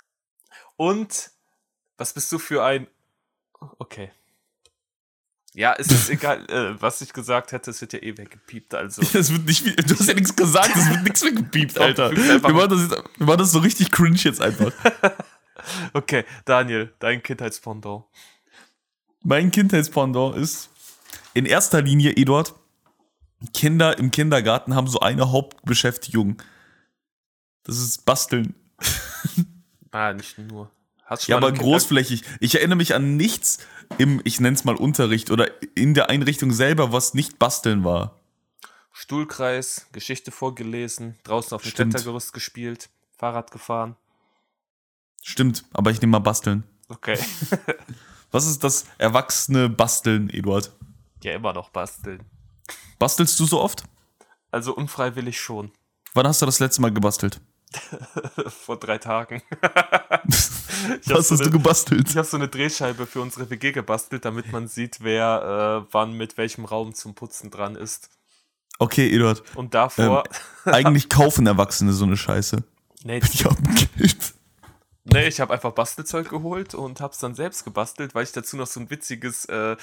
Und was bist du für ein... Okay. Ja, es ist egal, was ich gesagt hätte, es wird ja eh weggepiept, also... Das wird nicht, du hast ja nichts gesagt, es wird nichts weggepiept, Alter. Wir machen das so richtig cringe jetzt einfach. Okay, Daniel, dein Kindheitspendant. Mein Kindheitspendant ist in erster Linie, Eduard, Kinder im Kindergarten haben so eine Hauptbeschäftigung. Das ist Basteln. Ah, nicht nur. Ja, aber großflächig. Ich erinnere mich an nichts ich nenne es mal Unterricht oder in der Einrichtung selber, was nicht Basteln war. Stuhlkreis, Geschichte vorgelesen, draußen auf dem Stimmt. Klettergerüst gespielt, Fahrrad gefahren. Stimmt, aber ich nehme mal Basteln. Okay. Was ist das erwachsene Basteln, Eduard? Ja, immer noch basteln. Bastelst du so oft? Also unfreiwillig schon. Wann hast du das letzte Mal gebastelt? Vor 3 Tagen. Was hast du gebastelt? Ich habe so eine Drehscheibe für unsere WG gebastelt, damit man sieht, wer wann mit welchem Raum zum Putzen dran ist. Okay, Eduard. Und davor... Eigentlich kaufen Erwachsene so eine Scheiße. Nee, Die haben Geld. Nee, ich habe einfach Bastelzeug geholt und habe es dann selbst gebastelt, weil ich dazu noch so ein witziges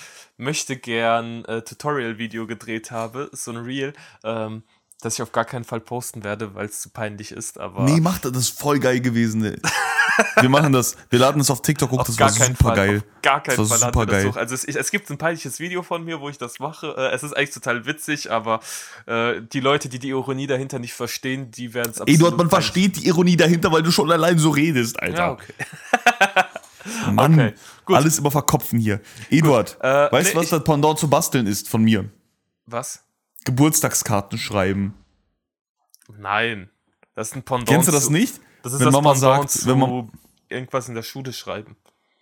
Möchtegern-Tutorial-Video gedreht habe, so ein Reel, das ich auf gar keinen Fall posten werde, weil es zu peinlich ist, aber... Nee, mach das, das ist voll geil gewesen, ey. Wir machen das, wir laden das auf TikTok hoch, das war super geil. Auf gar keinen Fall laden wir das geil. hoch. Also es gibt ein peinliches Video von mir, wo ich das mache. Es ist eigentlich total witzig, aber die Leute, die Ironie dahinter nicht verstehen, die werden es absolut... Eduard, man versteht die Ironie dahinter, weil du schon allein so redest, Alter. Ja, okay. Mann, Okay, gut. alles immer verkopfen hier. Eduard, weißt du, was das Pendant zu basteln ist von mir? Was? Geburtstagskarten schreiben. Nein. Das ist ein Pendant. Kennst du das nicht? Das ist wenn das Mama Pendant sagt, zu wenn man, irgendwas in der Schule schreiben.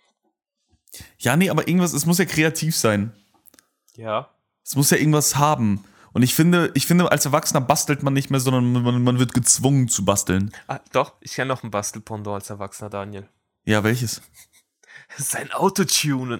ja, nee, aber irgendwas, es muss ja kreativ sein. Ja. Es muss ja irgendwas haben. Und ich finde, als Erwachsener bastelt man nicht mehr, sondern man wird gezwungen zu basteln. Ah, doch, ich kenne noch ein Bastelpendant als Erwachsener, Daniel. Ja, welches? Sein Auto tunen.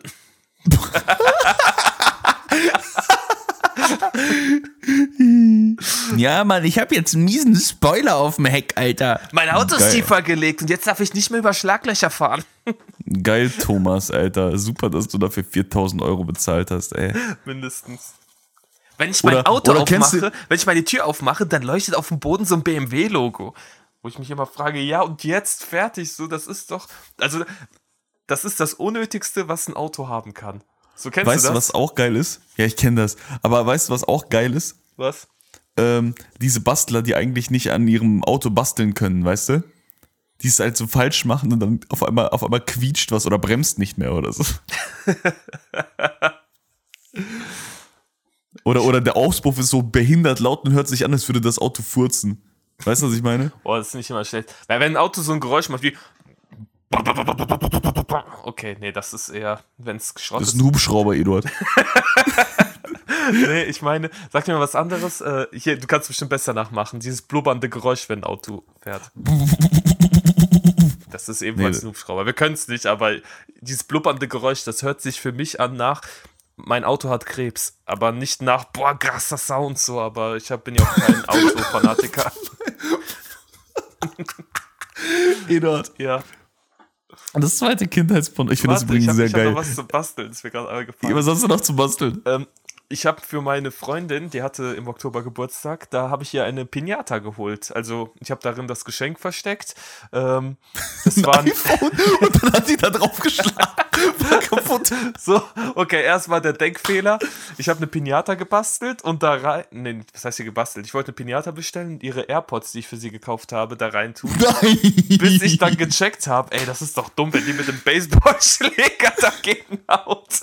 Ja, Mann, ich habe jetzt einen miesen Spoiler auf dem Heck, Alter. Mein Auto ist Geil. tiefer gelegt und jetzt darf ich nicht mehr über Schlaglöcher fahren. Geil, Thomas, Alter. Super, dass du dafür 4.000 € bezahlt hast, ey. Mindestens. Wenn ich mein Auto oder kennst aufmache, wenn ich meine Tür aufmache, dann leuchtet auf dem Boden so ein BMW-Logo. Wo ich mich immer frage, ja, und jetzt fertig, so, das ist doch, also, das ist das Unnötigste, was ein Auto haben kann. So, kennst Weißt du du, das? was auch geil ist? Ja, ich kenne das. Aber weißt du, was auch geil ist? Was? Diese Bastler, die eigentlich nicht an ihrem Auto basteln können, weißt du? Die es halt so falsch machen und dann auf einmal quietscht was oder bremst nicht mehr oder so. oder der Auspuff ist so behindert laut und hört sich an, als würde das Auto furzen. Weißt du, was ich meine? Oh, das ist nicht immer schlecht. Weil wenn ein Auto so ein Geräusch macht wie. Okay, nee, das ist eher, wenn es Schrott Das ist ein Hubschrauber, Eduard. Nee, ich meine, sag mir mal was anderes. Hier, du kannst bestimmt besser nachmachen. Dieses blubbernde Geräusch, wenn ein Auto fährt. Das ist ebenfalls ein Hubschrauber. Wir können es nicht, aber dieses blubbernde Geräusch, das hört sich für mich an nach, mein Auto hat Krebs. Aber nicht nach, boah, krasser Sound so, aber bin ja auch kein Autofanatiker. Eduard. Ja. Das zweite Kindheitsporno. Ich finde das übrigens sehr Ich hab geil. noch was zu basteln, ist mir gerade eingefallen. Was hast du noch zu basteln? Ich habe für meine Freundin, die hatte im Oktober Geburtstag, da habe ich ihr eine Piñata geholt. Also ich habe darin das Geschenk versteckt. Das war ein iPhone und dann hat sie da drauf geschlagen. War kaputt. so, okay, erst war der Denkfehler. Ich habe eine Piñata gebastelt und da rein, nee, was heißt hier gebastelt? Ich wollte eine Piñata bestellen und ihre AirPods, die ich für sie gekauft habe, da rein tun. Nein. Bis ich dann gecheckt habe, ey, das ist doch dumm, wenn die mit dem Baseballschläger dagegen haut.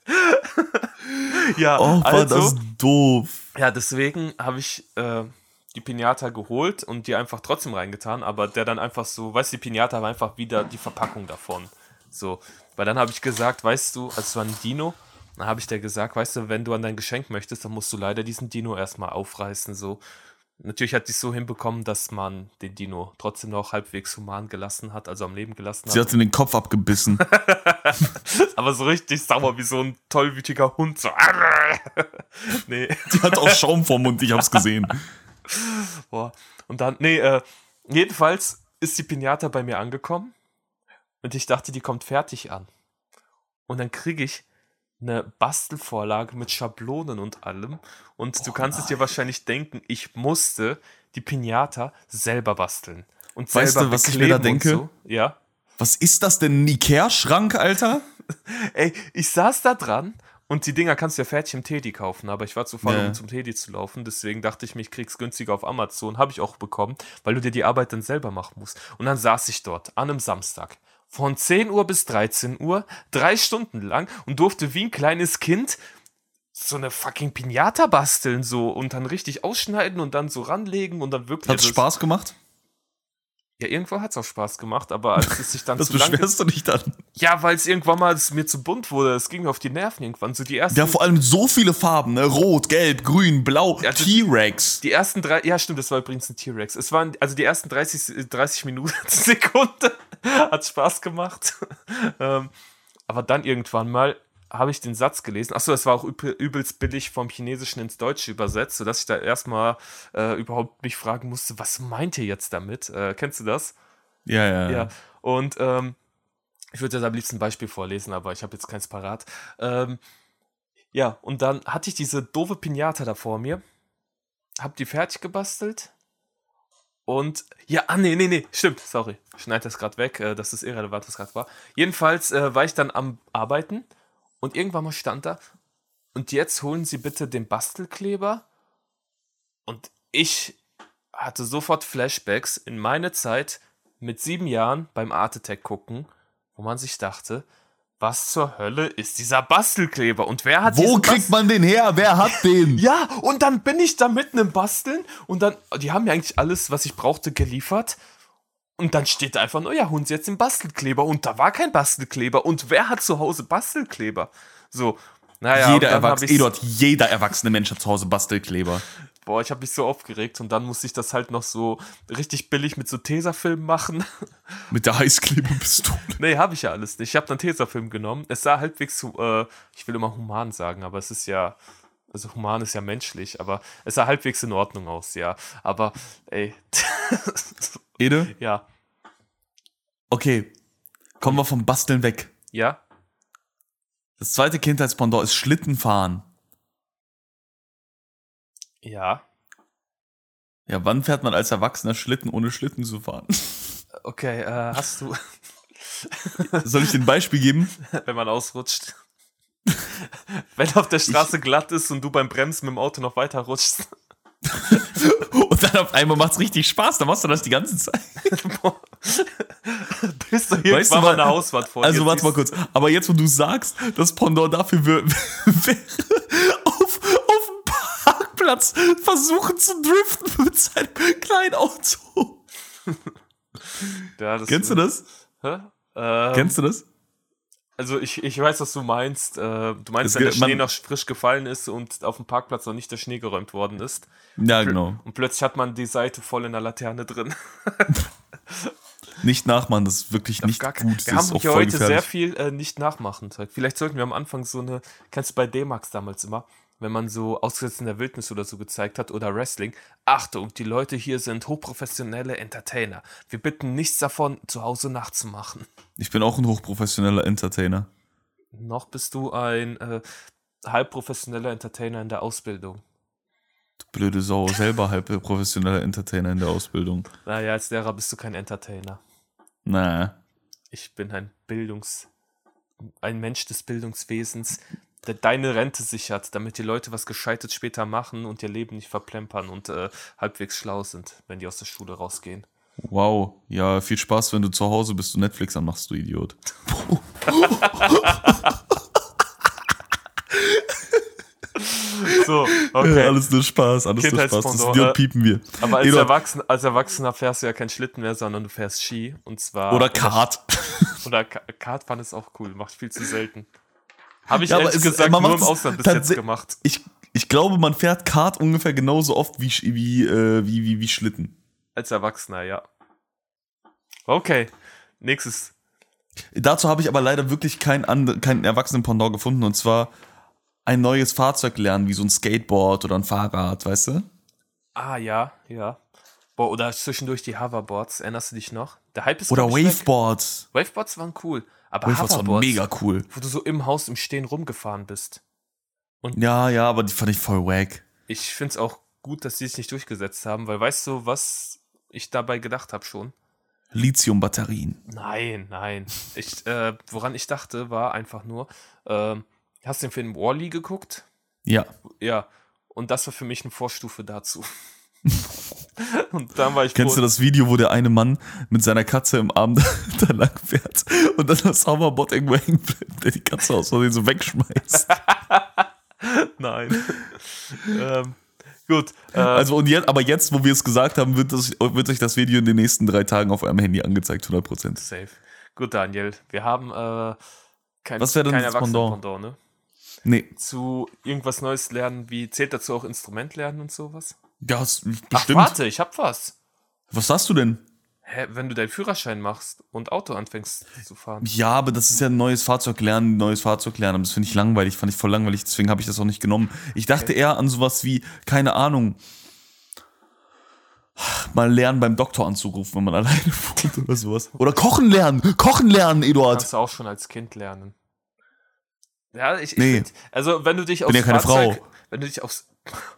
Ja, Oh, war also, das doof. ja, deswegen habe ich die Piñata geholt und die einfach trotzdem reingetan, aber der dann einfach so, weißt du, die Piñata war einfach wieder die Verpackung davon. So, weil dann habe ich gesagt, weißt du, also es war ein Dino, dann habe ich der gesagt, weißt du, wenn du an dein Geschenk möchtest, dann musst du leider diesen Dino erstmal aufreißen, so. Natürlich hat sie es so hinbekommen, dass man den Dino trotzdem noch halbwegs human gelassen hat, also am Leben gelassen Sie hat. hat in den Kopf abgebissen. Aber so richtig sauer wie so ein tollwütiger Hund, so. Nee. Die hat auch Schaum vorm Mund, ich hab's gesehen. Boah. Und dann, jedenfalls ist die Piñata bei mir angekommen und ich dachte, die kommt fertig an. Und dann kriege ich eine Bastelvorlage mit Schablonen und allem. Und du kannst es dir wahrscheinlich denken, ich musste die Piñata selber basteln. Und Weißt selber du, was ich mir da bekleben und denke? So. Ja. Was ist das denn? Ein Ikea-Schrank, Alter? Ey, ich saß da dran und die Dinger kannst du ja fertig im Teddy kaufen, aber ich war zu faul, Ja. um zum Teddy zu laufen, deswegen dachte ich mir, ich krieg's günstiger auf Amazon. Habe ich auch bekommen, weil du dir die Arbeit dann selber machen musst. Und dann saß ich dort an einem Samstag von 10 Uhr bis 13 Uhr, 3 Stunden lang und durfte wie ein kleines Kind so eine fucking Piñata basteln so und dann richtig ausschneiden und dann so ranlegen und dann wirklich... Hat's Spaß gemacht? Ja, irgendwo hat's auch Spaß gemacht, aber als es sich dann Das zu lang... beschwerst du nicht dann. Ja, weil es irgendwann mal mir zu bunt wurde. Es ging mir auf die Nerven irgendwann. So die ersten, Ja, vor allem so viele Farben, ne? Rot, Gelb, Grün, Blau, Ja, also T-Rex. die ersten drei, ja stimmt, das war übrigens ein T-Rex. Es waren, also die ersten 30 Minuten, Sekunden hat Spaß gemacht. Aber dann irgendwann mal habe ich den Satz gelesen. Achso, das war auch übelst billig vom Chinesischen ins Deutsche übersetzt, sodass ich da erstmal überhaupt mich fragen musste, was meint ihr jetzt damit? Kennst du das? Ja. Ja. Und ich würde jetzt am liebsten ein Beispiel vorlesen, aber ich habe jetzt keins parat. Ja, und dann hatte ich diese doofe Piñata da vor mir, hab die fertig gebastelt und, ja, nee, stimmt, sorry, ich schneide das gerade weg, das ist irrelevant, was gerade war. Jedenfalls war ich dann am Arbeiten und irgendwann mal stand da, und jetzt holen Sie bitte den Bastelkleber. Und ich hatte sofort Flashbacks in meine Zeit mit 7 Jahren beim Art Attack gucken, wo man sich dachte, was zur Hölle ist dieser Bastelkleber? Und wer hat Wo kriegt man den her? Wer hat den? Ja, und dann bin ich da mitten im Basteln und dann, die haben mir eigentlich alles, was ich brauchte, geliefert. Und dann steht da einfach nur, ja, holen Sie jetzt den Bastelkleber. Und da war kein Bastelkleber. Und wer hat zu Hause Bastelkleber? So, naja. Jeder erwachsene Mensch hat zu Hause Bastelkleber. Boah, ich habe mich so aufgeregt und dann musste ich das halt noch so richtig billig mit so Tesafilm machen. Mit der Heißklebepistole. Nee, habe ich ja alles nicht. Ich habe dann Tesafilm genommen. Es sah halbwegs so, ich will immer human sagen, aber es ist ja, also human ist ja menschlich, aber es sah halbwegs in Ordnung aus, ja. Aber, ey. Ede? Ja. Okay, kommen wir vom Basteln weg. Ja? Das zweite Kindheitspendant ist Schlittenfahren. Ja. Ja, wann fährt man als Erwachsener Schlitten, ohne Schlitten zu fahren? Okay, hast du, Soll ich dir ein Beispiel geben? wenn man ausrutscht, wenn auf der Straße glatt ist und du beim Bremsen mit dem Auto noch weiter rutschst. Und dann auf einmal macht's richtig Spaß, dann machst du das die ganze Zeit. Bis du irgendwann mal eine Hauswand vor dir Also warte mal siehst. kurz, aber jetzt, wo du sagst, das Pendant dafür wäre auf dem Parkplatz versuchen zu driften mit seinem kleinen Auto. Ja, Kennst du das? Hä? Kennst du das? Also ich weiß, was du meinst. Du meinst, Es wenn der geht- man- Schnee noch frisch gefallen ist und auf dem Parkplatz noch nicht der Schnee geräumt worden ist. Ja, genau. Und plötzlich hat man die Seite voll in der Laterne drin. Nicht nachmachen, das ist wirklich nicht Gar gut. Wir Das haben ist auch hier voll heute sehr gefährlich. viel nicht nachmachen. Vielleicht sollten wir am Anfang so eine, kennst du bei D-Max damals immer, wenn man so Ausgesetzt in der Wildnis oder so gezeigt hat oder Wrestling. Achtung, die Leute hier sind hochprofessionelle Entertainer. Wir bitten nichts davon, zu Hause nachzumachen. Ich bin auch ein hochprofessioneller Entertainer. Noch bist du ein halbprofessioneller Entertainer in der Ausbildung. Du blöde Sau, selber halb professioneller Entertainer in der Ausbildung. Naja, als Lehrer bist du kein Entertainer. Na, Ich bin ein Mensch des Bildungswesens, der deine Rente sichert, damit die Leute was Gescheites später machen und ihr Leben nicht verplempern und halbwegs schlau sind, wenn die aus der Schule rausgehen. wow. Ja, viel Spaß, wenn du zu Hause bist und Netflix anmachst, du Idiot. So, okay. Alles nur Spaß, alles nur Spaß. Das Kindheitspendant, Idiot piepen wir. Aber als, Eduard. als Erwachsener fährst du ja kein Schlitten mehr, sondern du fährst Ski. Und zwar. Oder Kart. Oder Kartfahren ist auch cool, macht viel zu selten. Habe ich Ja, aber ehrlich es- gesagt man nur im macht's Ausland bis jetzt tatsä- gemacht. Ich glaube, man fährt Kart ungefähr genauso oft wie Schlitten. Als Erwachsener, ja. Okay, nächstes. Dazu habe ich aber leider wirklich keinen Erwachsenen-Pendant gefunden. Und zwar ein neues Fahrzeug lernen, wie so ein Skateboard oder ein Fahrrad, weißt du? Ah, ja. Boah, oder zwischendurch die Hoverboards, erinnerst du dich noch? Der Hype ist Oder glaub ich, weg. Waveboards. Waveboards waren cool, aber Waveboards waren Hoverboards, mega cool. wo du so im Haus im Stehen rumgefahren bist. Ja, aber die fand ich voll wack. Ich finde es auch gut, dass sie es nicht durchgesetzt haben, weil weißt du, was ich dabei gedacht habe schon? Lithium-Batterien. Nein. Woran ich dachte, war einfach nur, hast du den Film Wall-E geguckt? Ja. Ja, und das war für mich eine Vorstufe dazu. Und dann war ich Kennst du das Video, wo der eine Mann mit seiner Katze im Arm da lang fährt und dann das Hoverboard irgendwo hängen bleibt, der die Katze aus Versehen so wegschmeißt? Nein. Gut. Also aber jetzt, wo wir es gesagt haben, wird euch das Video in den nächsten 3 Tagen auf eurem Handy angezeigt, 100%. Safe. Gut, Daniel. Wir haben kein Was wäre denn das Erwachsenen-Pendant, ne? Nee. Zu irgendwas Neues lernen, wie zählt dazu auch Instrument lernen und sowas? Ja, Ach, bestimmt. warte, ich hab was. Was hast du denn? Hä, wenn du deinen Führerschein machst und Auto anfängst zu fahren. Ja, aber das ist ja ein neues Fahrzeug lernen. Aber das finde ich langweilig, fand ich voll langweilig, deswegen habe ich das auch nicht genommen. Ich dachte eher an sowas wie, keine Ahnung, mal lernen beim Doktor anzurufen, wenn man alleine wohnt oder sowas. Oder kochen lernen, Eduard. Kannst du auch schon als Kind lernen. Ja, ich Nee. find, also wenn du dich aufs ja keine Fahrzeug, Frau. wenn du dich aufs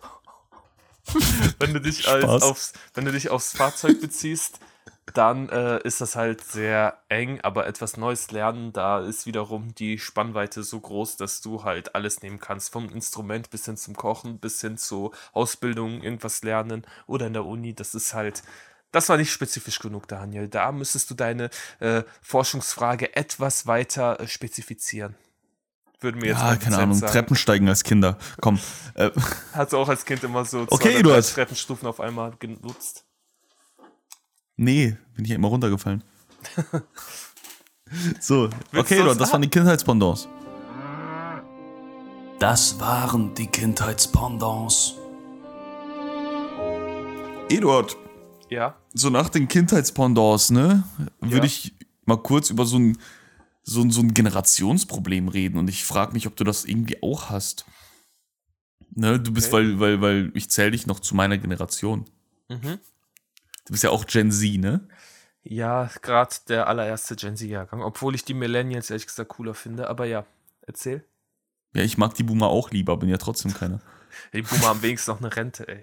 wenn du dich Spaß. wenn du dich aufs Fahrzeug beziehst, dann ist das halt sehr eng, aber etwas Neues lernen, da ist wiederum die Spannweite so groß, dass du halt alles nehmen kannst, vom Instrument bis hin zum Kochen, bis hin zur Ausbildung, irgendwas lernen oder in der Uni, das war nicht spezifisch genug, Daniel. Da müsstest du deine Forschungsfrage etwas weiter spezifizieren. Würde mir jetzt Ja, mein keine Dozent Ahnung, sagen. Treppensteigen als Kinder. Komm. Hast du auch als Kind immer so Okay, 2 oder du 3 hast- Treppenstufen auf einmal genutzt? Nee, bin ich ja immer runtergefallen. So, Willst okay, du Eduard, das das waren die Kindheitspendants. Das waren die Kindheitspendants. Eduard, Ja. so nach den Kindheitspendants, ne, würde Ja. ich mal kurz über so ein Generationsproblem reden und ich frage mich, ob du das irgendwie auch hast. Ne, du bist, Okay. weil ich zähle dich noch zu meiner Generation. Mhm. Du bist ja auch Gen Z, ne? Ja, gerade der allererste Gen Z-Jahrgang, obwohl ich die Millennials ehrlich gesagt cooler finde, aber ja, erzähl. Ja, ich mag die Boomer auch lieber, bin ja trotzdem keiner. Die Boomer haben wenigstens noch eine Rente, ey.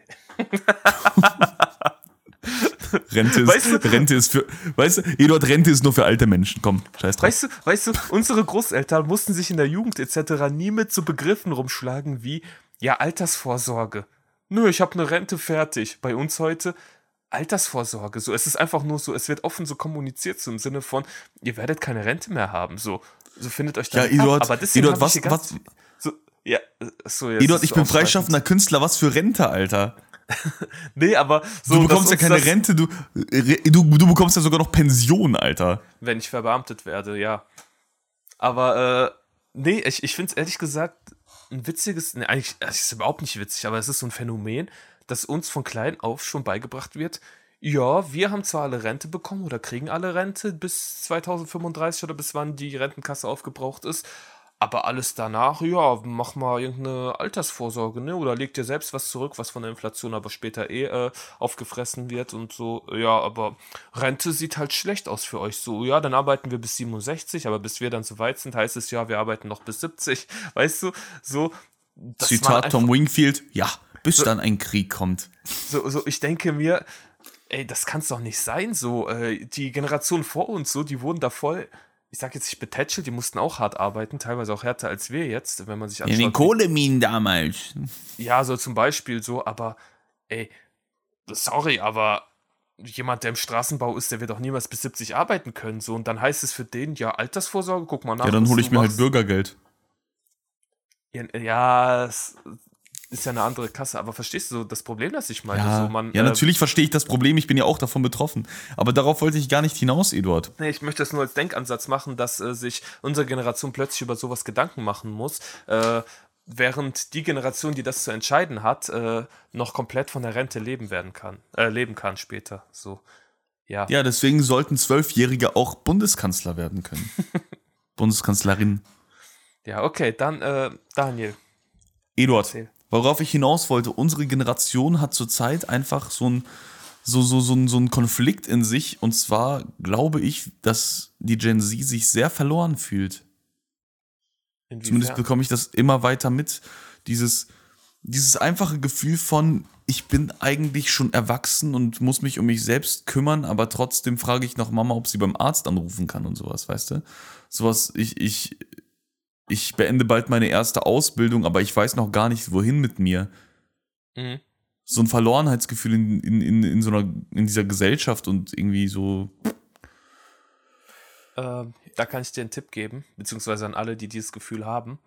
Rente ist für, weißt du, Eduard, Rente ist nur für alte Menschen. Komm, scheiß drauf. Weißt du, unsere Großeltern mussten sich in der Jugend etc. nie mit so Begriffen rumschlagen wie, ja, Altersvorsorge. Nö, ich habe eine Rente fertig. Bei uns heute Altersvorsorge. So, es ist einfach nur so, es wird offen so kommuniziert, so im Sinne von, ihr werdet keine Rente mehr haben. So findet euch da Ja, Eduard, ab. Aber deswegen Eduard, was? So, ja, so jetzt. Eduard, ich bin freischaffender Künstler, was für Rente, Alter. Nee, aber so. Du bekommst ja keine Rente, du bekommst ja sogar noch Pension, Alter. Wenn ich verbeamtet werde, ja. Aber, nee, ich finde es ehrlich gesagt ein witziges, nee, eigentlich, es ist überhaupt nicht witzig, aber es ist so ein Phänomen, dass uns von klein auf schon beigebracht wird, ja, wir haben zwar alle Rente bekommen oder kriegen alle Rente bis 2035 oder bis wann die Rentenkasse aufgebraucht ist, aber alles danach, ja, mach mal irgendeine Altersvorsorge, ne? Oder leg dir selbst was zurück, was von der Inflation aber später aufgefressen wird und so. Ja, aber Rente sieht halt schlecht aus für euch. So, ja, dann arbeiten wir bis 67, aber bis wir dann so weit sind, heißt es ja, wir arbeiten noch bis 70. Weißt du, so. Zitat Tom Wingfield, ja, bis dann ein Krieg kommt. So, ich denke mir, ey, das kann's doch nicht sein, so. Die Generation vor uns, so, die wurden da voll, ich sag jetzt nicht betätschelt, die mussten auch hart arbeiten, teilweise auch härter als wir jetzt, wenn man sich anschaut. In den Kohleminen damals. Ja, so zum Beispiel so, aber, ey, sorry, aber jemand, der im Straßenbau ist, der wird auch niemals bis 70 arbeiten können, so. Und dann heißt es für den, ja, Altersvorsorge, guck mal nach. Ja, dann hole ich mir halt Bürgergeld. Ja, es ist ja eine andere Kasse, aber verstehst du so das Problem, das ich meine? Ja, so, natürlich verstehe ich das Problem, ich bin ja auch davon betroffen. Aber darauf wollte ich gar nicht hinaus, Eduard. Nee, ich möchte das nur als Denkansatz machen, dass sich unsere Generation plötzlich über sowas Gedanken machen muss, während die Generation, die das zu entscheiden hat, noch komplett von der Rente leben kann später. So, ja. Ja, deswegen sollten 12-Jährige auch Bundeskanzler werden können. Bundeskanzlerin. Ja, okay, dann Daniel. Eduard, Erzähl. worauf ich hinaus wollte, unsere Generation hat zurzeit einfach so einen Konflikt in sich. Und zwar glaube ich, dass die Gen Z sich sehr verloren fühlt. Inwiefern? Zumindest bekomme ich das immer weiter mit. Dieses einfache Gefühl von, ich bin eigentlich schon erwachsen und muss mich um mich selbst kümmern, aber trotzdem frage ich noch Mama, ob sie beim Arzt anrufen kann und sowas, weißt du? Sowas, ich beende bald meine erste Ausbildung, aber ich weiß noch gar nicht, wohin mit mir. Mhm. So ein Verlorenheitsgefühl in dieser Gesellschaft und irgendwie so. Da kann ich dir einen Tipp geben, beziehungsweise an alle, die dieses Gefühl haben.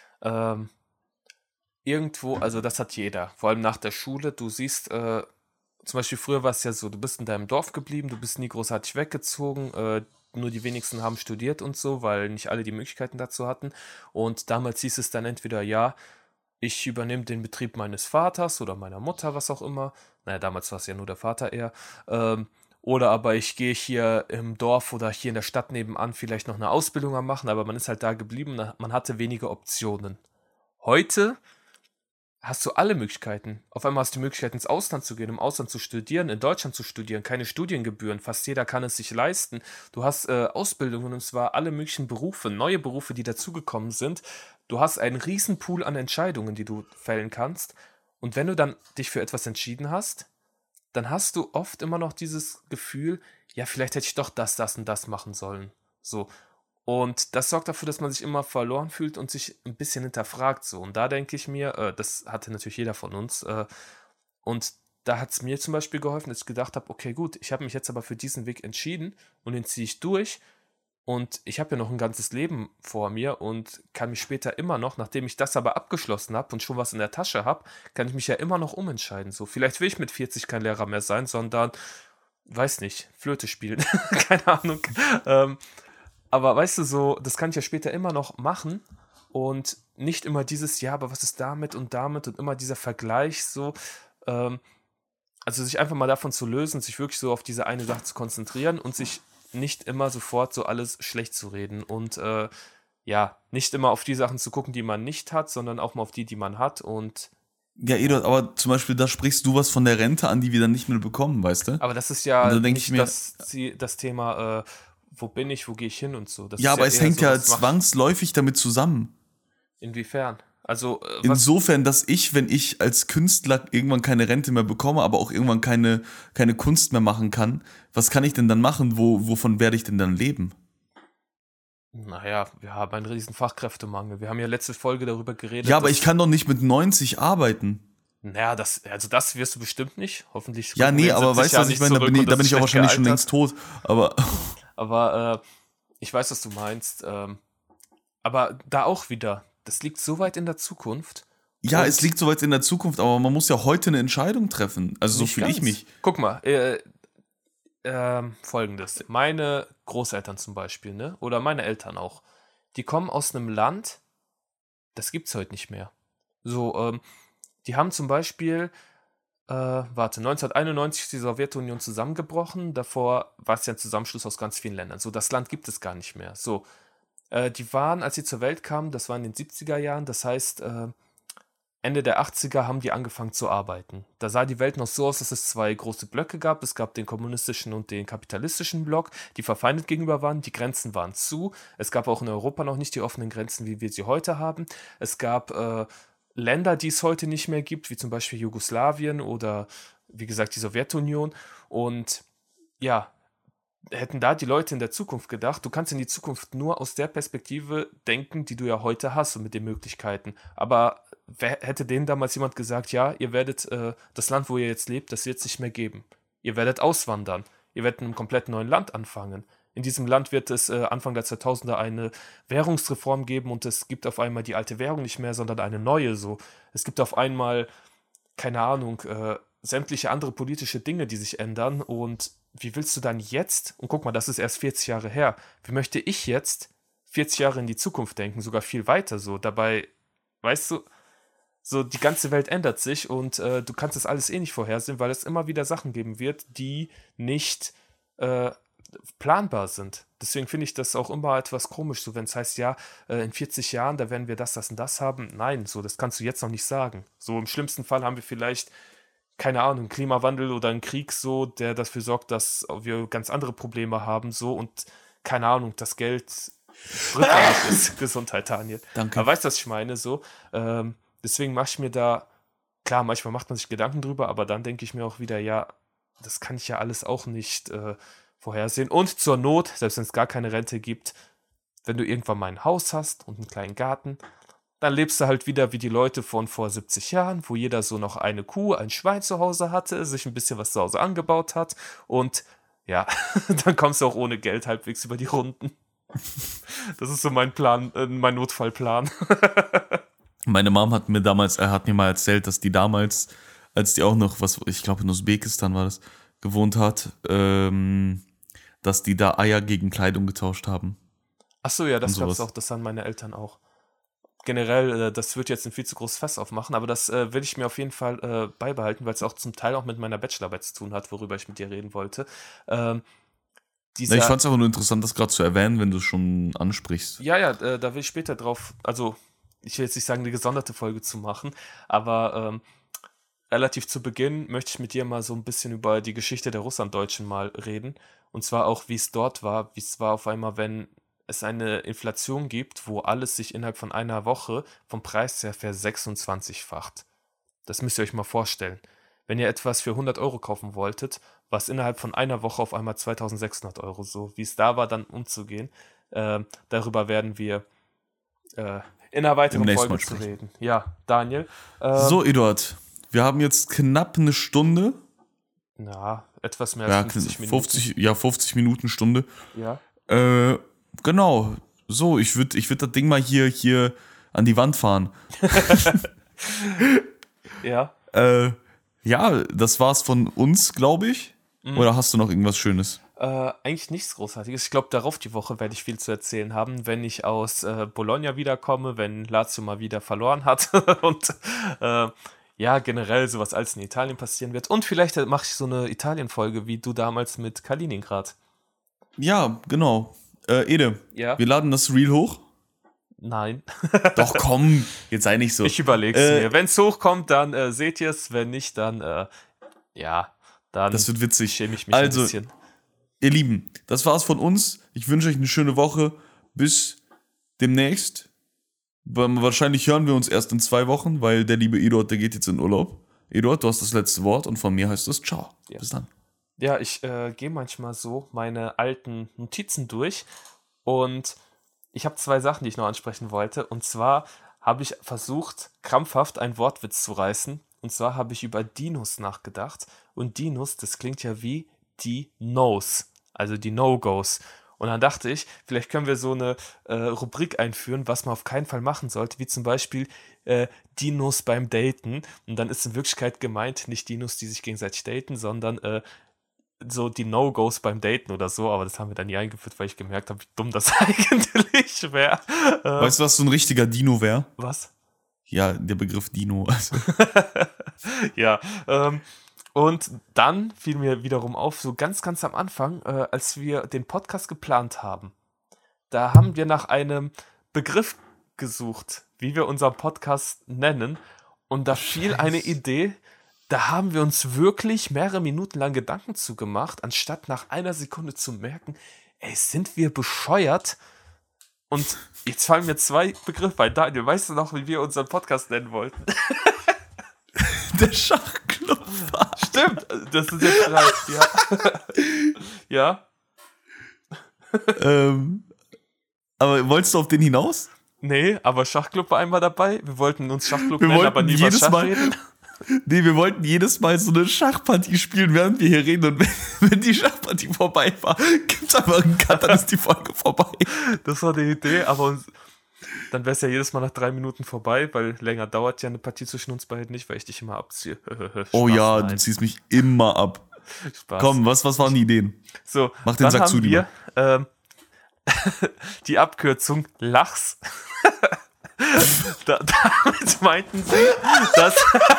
Irgendwo, also das hat jeder, vor allem nach der Schule, du siehst, zum Beispiel früher war es ja so, du bist in deinem Dorf geblieben, du bist nie großartig weggezogen, nur die wenigsten haben studiert und so, weil nicht alle die Möglichkeiten dazu hatten. Und damals hieß es dann entweder, ja, ich übernehme den Betrieb meines Vaters oder meiner Mutter, was auch immer. Naja, damals war es ja nur der Vater eher. Oder aber ich gehe hier im Dorf oder hier in der Stadt nebenan vielleicht noch eine Ausbildung am machen, aber man ist halt da geblieben, man hatte wenige Optionen. Heute hast du alle Möglichkeiten. Auf einmal hast du die Möglichkeit, ins Ausland zu gehen, im Ausland zu studieren, in Deutschland zu studieren, keine Studiengebühren, fast jeder kann es sich leisten. Du hast Ausbildungen und zwar alle möglichen Berufe, neue Berufe, die dazugekommen sind. Du hast einen riesen Pool an Entscheidungen, die du fällen kannst. Und wenn du dann dich für etwas entschieden hast, dann hast du oft immer noch dieses Gefühl, ja, vielleicht hätte ich doch das und das machen sollen. So. Und das sorgt dafür, dass man sich immer verloren fühlt und sich ein bisschen hinterfragt. So. Und da denke ich mir, das hatte natürlich jeder von uns. Und da hat es mir zum Beispiel geholfen, dass ich gedacht habe, okay, gut, ich habe mich jetzt aber für diesen Weg entschieden und den ziehe ich durch. Und ich habe ja noch ein ganzes Leben vor mir und kann mich später immer noch, nachdem ich das aber abgeschlossen habe und schon was in der Tasche habe, kann ich mich ja immer noch umentscheiden. So, vielleicht will ich mit 40 kein Lehrer mehr sein, sondern, weiß nicht, Flöte spielen. Keine Ahnung. Aber weißt du, so, das kann ich ja später immer noch machen und nicht immer dieses, ja, aber was ist damit und immer dieser Vergleich so. Also sich einfach mal davon zu lösen, sich wirklich so auf diese eine Sache zu konzentrieren und sich nicht immer sofort so alles schlecht zu reden und ja, nicht immer auf die Sachen zu gucken, die man nicht hat, sondern auch mal auf die man hat und ja, Eduard, aber zum Beispiel, da sprichst du was von der Rente an, die wir dann nicht mehr bekommen, weißt du? Aber das ist ja nicht das Thema, wo gehe ich hin und so. Das ja, ist aber es hängt ja sowas zwangsläufig damit zusammen. Inwiefern? Also, Insofern, dass wenn ich als Künstler irgendwann keine Rente mehr bekomme, aber auch irgendwann keine Kunst mehr machen kann, was kann ich denn dann machen? Wovon werde ich denn dann leben? naja, wir haben einen riesen Fachkräftemangel. Wir haben ja letzte Folge darüber geredet. Ja, aber ich kann doch nicht mit 90 arbeiten. Naja, das wirst du bestimmt nicht. Hoffentlich. Ja, gucken wir nee, in aber 70 weißt du, Jahren was ich nicht meine? zurück und Da das bin ist ich auch schlecht wahrscheinlich schon gealtert. längst tot. Aber Aber ich weiß, was du meinst. Aber da auch wieder, das liegt so weit in der Zukunft. ja, Und es liegt soweit in der Zukunft, aber man muss ja heute eine Entscheidung treffen. Also so nicht fühle ich ganz. mich. Guck mal, Folgendes. Meine Großeltern zum Beispiel, ne? Oder meine Eltern auch. Die kommen aus einem Land, das gibt's heute nicht mehr. So, die haben zum Beispiel, 1991 ist die Sowjetunion zusammengebrochen. Davor war es ja ein Zusammenschluss aus ganz vielen Ländern. So, das Land gibt es gar nicht mehr. So, die waren, als sie zur Welt kamen, das war in den 70er Jahren, das heißt, Ende der 80er haben die angefangen zu arbeiten. Da sah die Welt noch so aus, dass es zwei große Blöcke gab. Es gab den kommunistischen und den kapitalistischen Block, die verfeindet gegenüber waren. Die Grenzen waren zu. Es gab auch in Europa noch nicht die offenen Grenzen, wie wir sie heute haben. Es gab Länder, die es heute nicht mehr gibt, wie zum Beispiel Jugoslawien oder wie gesagt die Sowjetunion. Und ja, hätten da die Leute in der Zukunft gedacht, du kannst in die Zukunft nur aus der Perspektive denken, die du ja heute hast und mit den Möglichkeiten. Aber hätte denen damals jemand gesagt, ja, ihr werdet das Land, wo ihr jetzt lebt, das wird es nicht mehr geben. Ihr werdet auswandern. Ihr werdet in einem komplett neuen Land anfangen. In diesem Land wird es Anfang der 2000er eine Währungsreform geben und es gibt auf einmal die alte Währung nicht mehr, sondern eine neue so. Es gibt auf einmal, keine Ahnung, sämtliche andere politische Dinge, die sich ändern und wie willst du dann jetzt, und guck mal, das ist erst 40 Jahre her, wie möchte ich jetzt 40 Jahre in die Zukunft denken, sogar viel weiter so, dabei, weißt du, so die ganze Welt ändert sich und du kannst das alles eh nicht vorhersehen, weil es immer wieder Sachen geben wird, die nicht planbar sind. Deswegen finde ich das auch immer etwas komisch, so wenn es heißt, ja, in 40 Jahren, da werden wir das und das haben. Nein, so, das kannst du jetzt noch nicht sagen. So im schlimmsten Fall haben wir vielleicht keine Ahnung, Klimawandel oder ein Krieg so, der dafür sorgt, dass wir ganz andere Probleme haben so und keine Ahnung, das Geld rückgängig ist. Gesundheit, Daniel. Danke. Aber weißt du, was ich meine? So, deswegen mache ich mir da, klar, manchmal macht man sich Gedanken drüber, aber dann denke ich mir auch wieder, ja, das kann ich ja alles auch nicht vorhersehen. Und zur Not, selbst wenn es gar keine Rente gibt, wenn du irgendwann mal ein Haus hast und einen kleinen Garten, dann lebst du halt wieder wie die Leute von vor 70 Jahren, wo jeder so noch eine Kuh, ein Schwein zu Hause hatte, sich ein bisschen was zu Hause angebaut hat und ja, dann kommst du auch ohne Geld halbwegs über die Runden. Das ist so mein Plan, mein Notfallplan. Meine Mom hat mir mal erzählt, dass die damals, als die auch noch, ich glaube in Usbekistan war das, gewohnt hat, dass die da Eier gegen Kleidung getauscht haben. Achso, ja, das Und gab es sowas. auch, das haben meine Eltern auch. Generell, das wird jetzt ein viel zu großes Fass aufmachen, aber das will ich mir auf jeden Fall beibehalten, weil es auch zum Teil auch mit meiner Bachelorarbeit zu tun hat, worüber ich mit dir reden wollte. Na, ich fand es aber nur interessant, das gerade zu erwähnen, wenn du es schon ansprichst. Ja, da will ich später drauf, also ich will jetzt nicht sagen, eine gesonderte Folge zu machen, aber relativ zu Beginn möchte ich mit dir mal so ein bisschen über die Geschichte der Russlanddeutschen mal reden. Und zwar auch, wie es dort war, wie es war auf einmal, wenn es eine Inflation gibt, wo alles sich innerhalb von einer Woche vom Preis her ver26-facht. Das müsst ihr euch mal vorstellen. Wenn ihr etwas für 100 Euro kaufen wolltet, war es innerhalb von einer Woche auf einmal 2600 Euro. So wie es da war, dann umzugehen. Darüber werden wir in einer weiteren Demnächst Folge mal zu sprechen. reden. Ja, Daniel. So, Eduard, wir haben jetzt knapp eine Stunde. Na, etwas mehr als 50 Minuten. 50 Minuten, Stunde. Ja. Genau. So, ich würd das Ding mal hier an die Wand fahren. Ja. Ja, das war's von uns, glaube ich. Oder hast du noch irgendwas Schönes? Eigentlich nichts Großartiges. Ich glaube, darauf die Woche werde ich viel zu erzählen haben, wenn ich aus Bologna wiederkomme, wenn Lazio mal wieder verloren hat und ja, generell sowas alles in Italien passieren wird. Und vielleicht mache ich so eine Italien-Folge, wie du damals mit Kaliningrad. Ja, genau. Ede, Ja? wir laden das Reel hoch. Nein. Doch, komm, jetzt sei nicht so. Ich überlege es mir. Wenn es hochkommt, dann seht ihr es. Wenn nicht, dann ja, dann Das wird witzig. schäme ich mich Also, ein bisschen. Ihr Lieben, das war's von uns. Ich wünsche euch eine schöne Woche. Bis demnächst. Wahrscheinlich hören wir uns erst in 2 Wochen, weil der liebe Eduard, der geht jetzt in Urlaub. Eduard, du hast das letzte Wort und von mir heißt es ciao. Ja. Bis dann. Ja, ich gehe manchmal so meine alten Notizen durch und ich habe 2 Sachen, die ich noch ansprechen wollte. Und zwar habe ich versucht, krampfhaft einen Wortwitz zu reißen. Und zwar habe ich über Dinos nachgedacht. Und Dinos, das klingt ja wie die No's, also die No-Gos. Und dann dachte ich, vielleicht können wir so eine Rubrik einführen, was man auf keinen Fall machen sollte, wie zum Beispiel Dinos beim Daten. Und dann ist in Wirklichkeit gemeint, nicht Dinos, die sich gegenseitig daten, sondern so die No-Gos beim Daten oder so. Aber das haben wir dann nie eingeführt, weil ich gemerkt habe, wie dumm das eigentlich wäre. Weißt du, was so ein richtiger Dino wäre? Was? Ja, der Begriff Dino. Also. Ja, und dann fiel mir wiederum auf, so ganz, ganz am Anfang, als wir den Podcast geplant haben, da haben wir nach einem Begriff gesucht, wie wir unseren Podcast nennen. Und da fiel eine Idee, da haben wir uns wirklich mehrere Minuten lang Gedanken zu gemacht, anstatt nach einer Sekunde zu merken, ey, sind wir bescheuert? Und jetzt fallen mir 2 Begriffe ein. Daniel, weißt du noch, wie wir unseren Podcast nennen wollten? Der Schachklopfer. Stimmt, das ist jetzt right, ja. Ja? Aber wolltest du auf den hinaus? Nee, aber Schachclub war einmal dabei. Wir wollten uns Schachclub nennen, wollten aber nie jedes Schach Mal reden. Nee, wir wollten jedes Mal so eine Schachpartie spielen, während wir hier reden. Und wenn die Schachpartie vorbei war, gibt's einfach einen Cut, dann ist die Folge vorbei. Das war die Idee, aber dann wäre es ja jedes Mal nach 3 Minuten vorbei, weil länger dauert ja eine Partie zwischen uns beiden nicht, weil ich dich immer abziehe. Oh Spaß, ja, nein. du ziehst mich immer ab. Spaß. Komm, was waren die Ideen? So, Mach den dann Sack haben zu, wir die Abkürzung Lachs. Damit meinten sie, dass...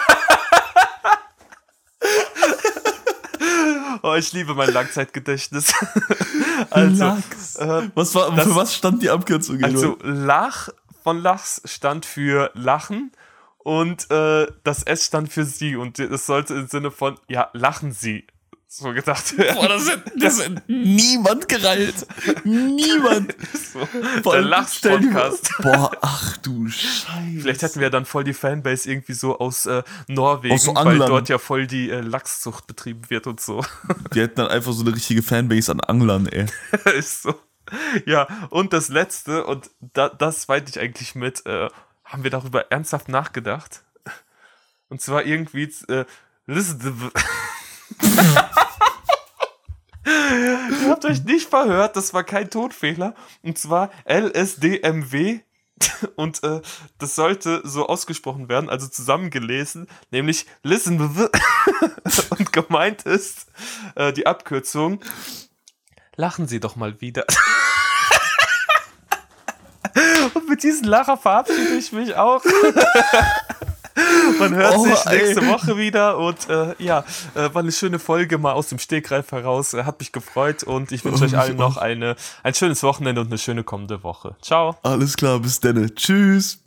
Oh, ich liebe mein Langzeitgedächtnis. Also, Lachs. Für was stand die Abkürzung? Also Lach von Lachs stand für Lachen und das S stand für Sie und es sollte im Sinne von, ja, lachen Sie so gedacht werden. Boah, das hat niemand gereilt. Niemand. So, der Lachs-Podcast. Boah, ach du Scheiße. Vielleicht hätten wir dann voll die Fanbase irgendwie so aus Norwegen, Aus so weil Anglern. dort ja voll die Lachszucht betrieben wird und so. Die hätten dann einfach so eine richtige Fanbase an Anglern, ey. Ist so. Ja, und das Letzte, und das meinte ich eigentlich mit, haben wir darüber ernsthaft nachgedacht? Und zwar irgendwie, ihr habt euch nicht verhört, das war kein Tonfehler. Und zwar LSDMW. Und das sollte so ausgesprochen werden, also zusammengelesen, nämlich Listen. Und gemeint ist die Abkürzung, lachen Sie doch mal wieder. Und mit diesem Lacher verabschiede ich mich auch. Man hört sich nächste Woche wieder und war eine schöne Folge mal aus dem Stegreif heraus. Hat mich gefreut und ich wünsche euch allen noch ein schönes Wochenende und eine schöne kommende Woche. Ciao. Alles klar, bis dann. Tschüss.